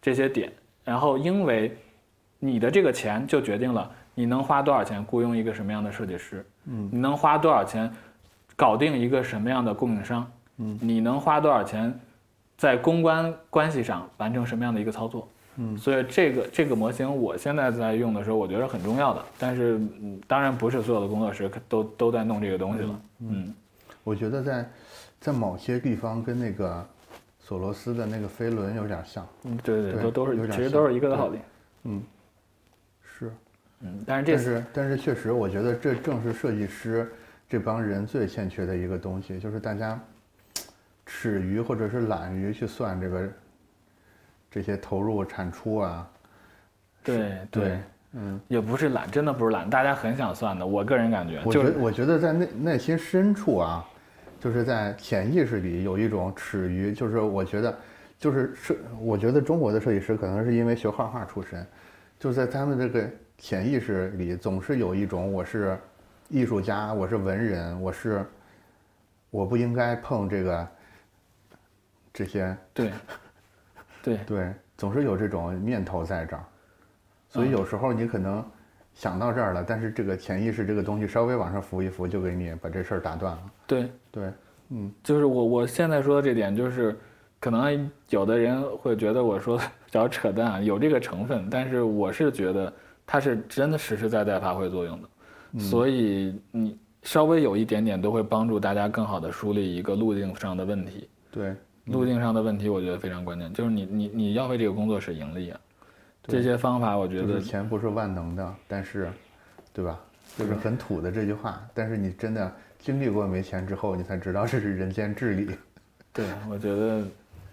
这些点，然后因为你的这个钱就决定了你能花多少钱雇佣一个什么样的设计师，你能花多少钱搞定一个什么样的供应商，你能花多少钱在公关关系上完成什么样的一个操作。所以这个模型我现在在用的时候，我觉得很重要的。但是，当然不是所有的工作室都在弄这个东西了。 我觉得在某些地方跟那个索罗斯的那个飞轮有点像。 对，都是其实都是一个道理。 是。 但是确实，我觉得这正是设计师这帮人最欠缺的一个东西，就是大家耻于或者是懒于去算这些投入产出啊。 对，也不是懒，真的不是懒，大家很想算的。我个人感觉， 我觉得在内心深处啊，就是在潜意识里有一种耻于，就是我觉得中国的设计师可能是因为学画画出身，就在他们这个潜意识里总是有一种我是艺术家，我是文人，我不应该碰这些。对，总是有这种念头在这儿，所以有时候你可能想到这儿了，但是这个潜意识这个东西稍微往上浮一浮，就给你把这事儿打断了。 对，就是我现在说的这点，就是可能有的人会觉得我说的比较扯淡啊，有这个成分，但是我是觉得它是真的实实在在发挥作用的，所以你稍微有一点点都会帮助大家更好的梳理一个路径上的问题。 对。 路径上的问题，我觉得非常关键，就是你要为这个工作室盈利啊，这些方法我觉得就是钱不是万能的，但是，对吧？就是很土的这句话，但是你真的经历过没钱之后，你才知道这是人间至理。 对，我觉得，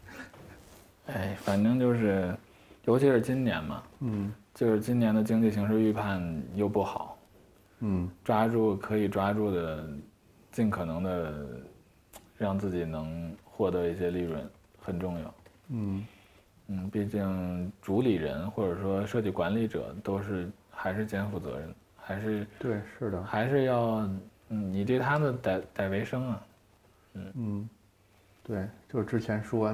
反正就是，尤其是今年嘛，就是今年的经济形势预判又不好，抓住可以抓住的，尽可能的让自己能获得一些利润很重要。毕竟主理人或者说设计管理者还是肩负责任，还是对，是的， 还是要你对他们得为生啊。 对，就是之前说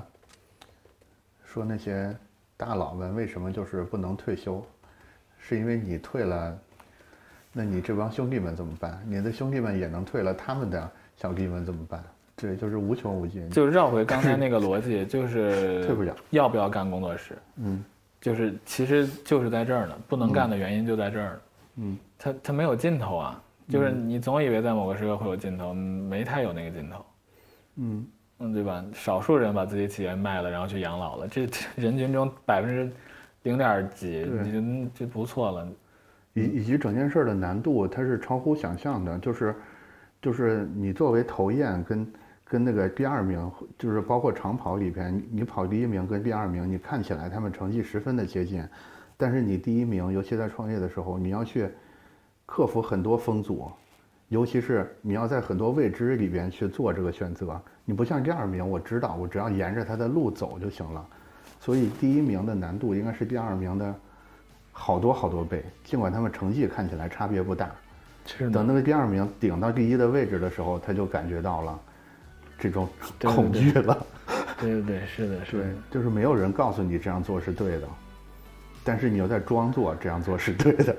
那些大佬们为什么就是不能退休，是因为你退了，那你这帮兄弟们怎么办？你的兄弟们也能退了，他们的小弟们怎么办？对，就是无穷无尽。 就绕回刚才那个逻辑，就是退不了， 要不要干工作室？就是其实就是在这儿呢，不能干的原因就在这儿呢。它没有尽头啊，就是你总以为在某个时刻会有尽头，没太有那个尽头。对吧？少数人把自己企业卖了，然后去养老了，这人群中0.几，你就不错了。 以及整件事的难度，它是超乎想象的，就是你作为头雁跟那个第二名，就是包括长跑里边，你跑第一名跟第二名，你看起来他们成绩十分的接近，但是你第一名，尤其在创业的时候，你要去克服很多风阻，尤其是你要在很多未知里边去做这个选择。你不像第二名，我知道我只要沿着他的路走就行了，所以第一名的难度应该是第二名的好多倍，尽管他们成绩看起来差别不大。等那个第二名顶到第一的位置的时候，他就感觉到了这种恐惧了。 对，是的， 对，就是没有人告诉你这样做是对的，但是你又在装作这样做是对的。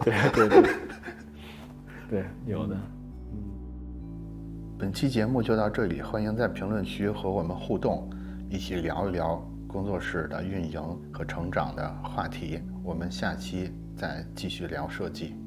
对，有的。 本期节目就到这里，欢迎在评论区和我们互动，一起聊一聊工作室的运营和成长的话题。我们下期再继续聊设计。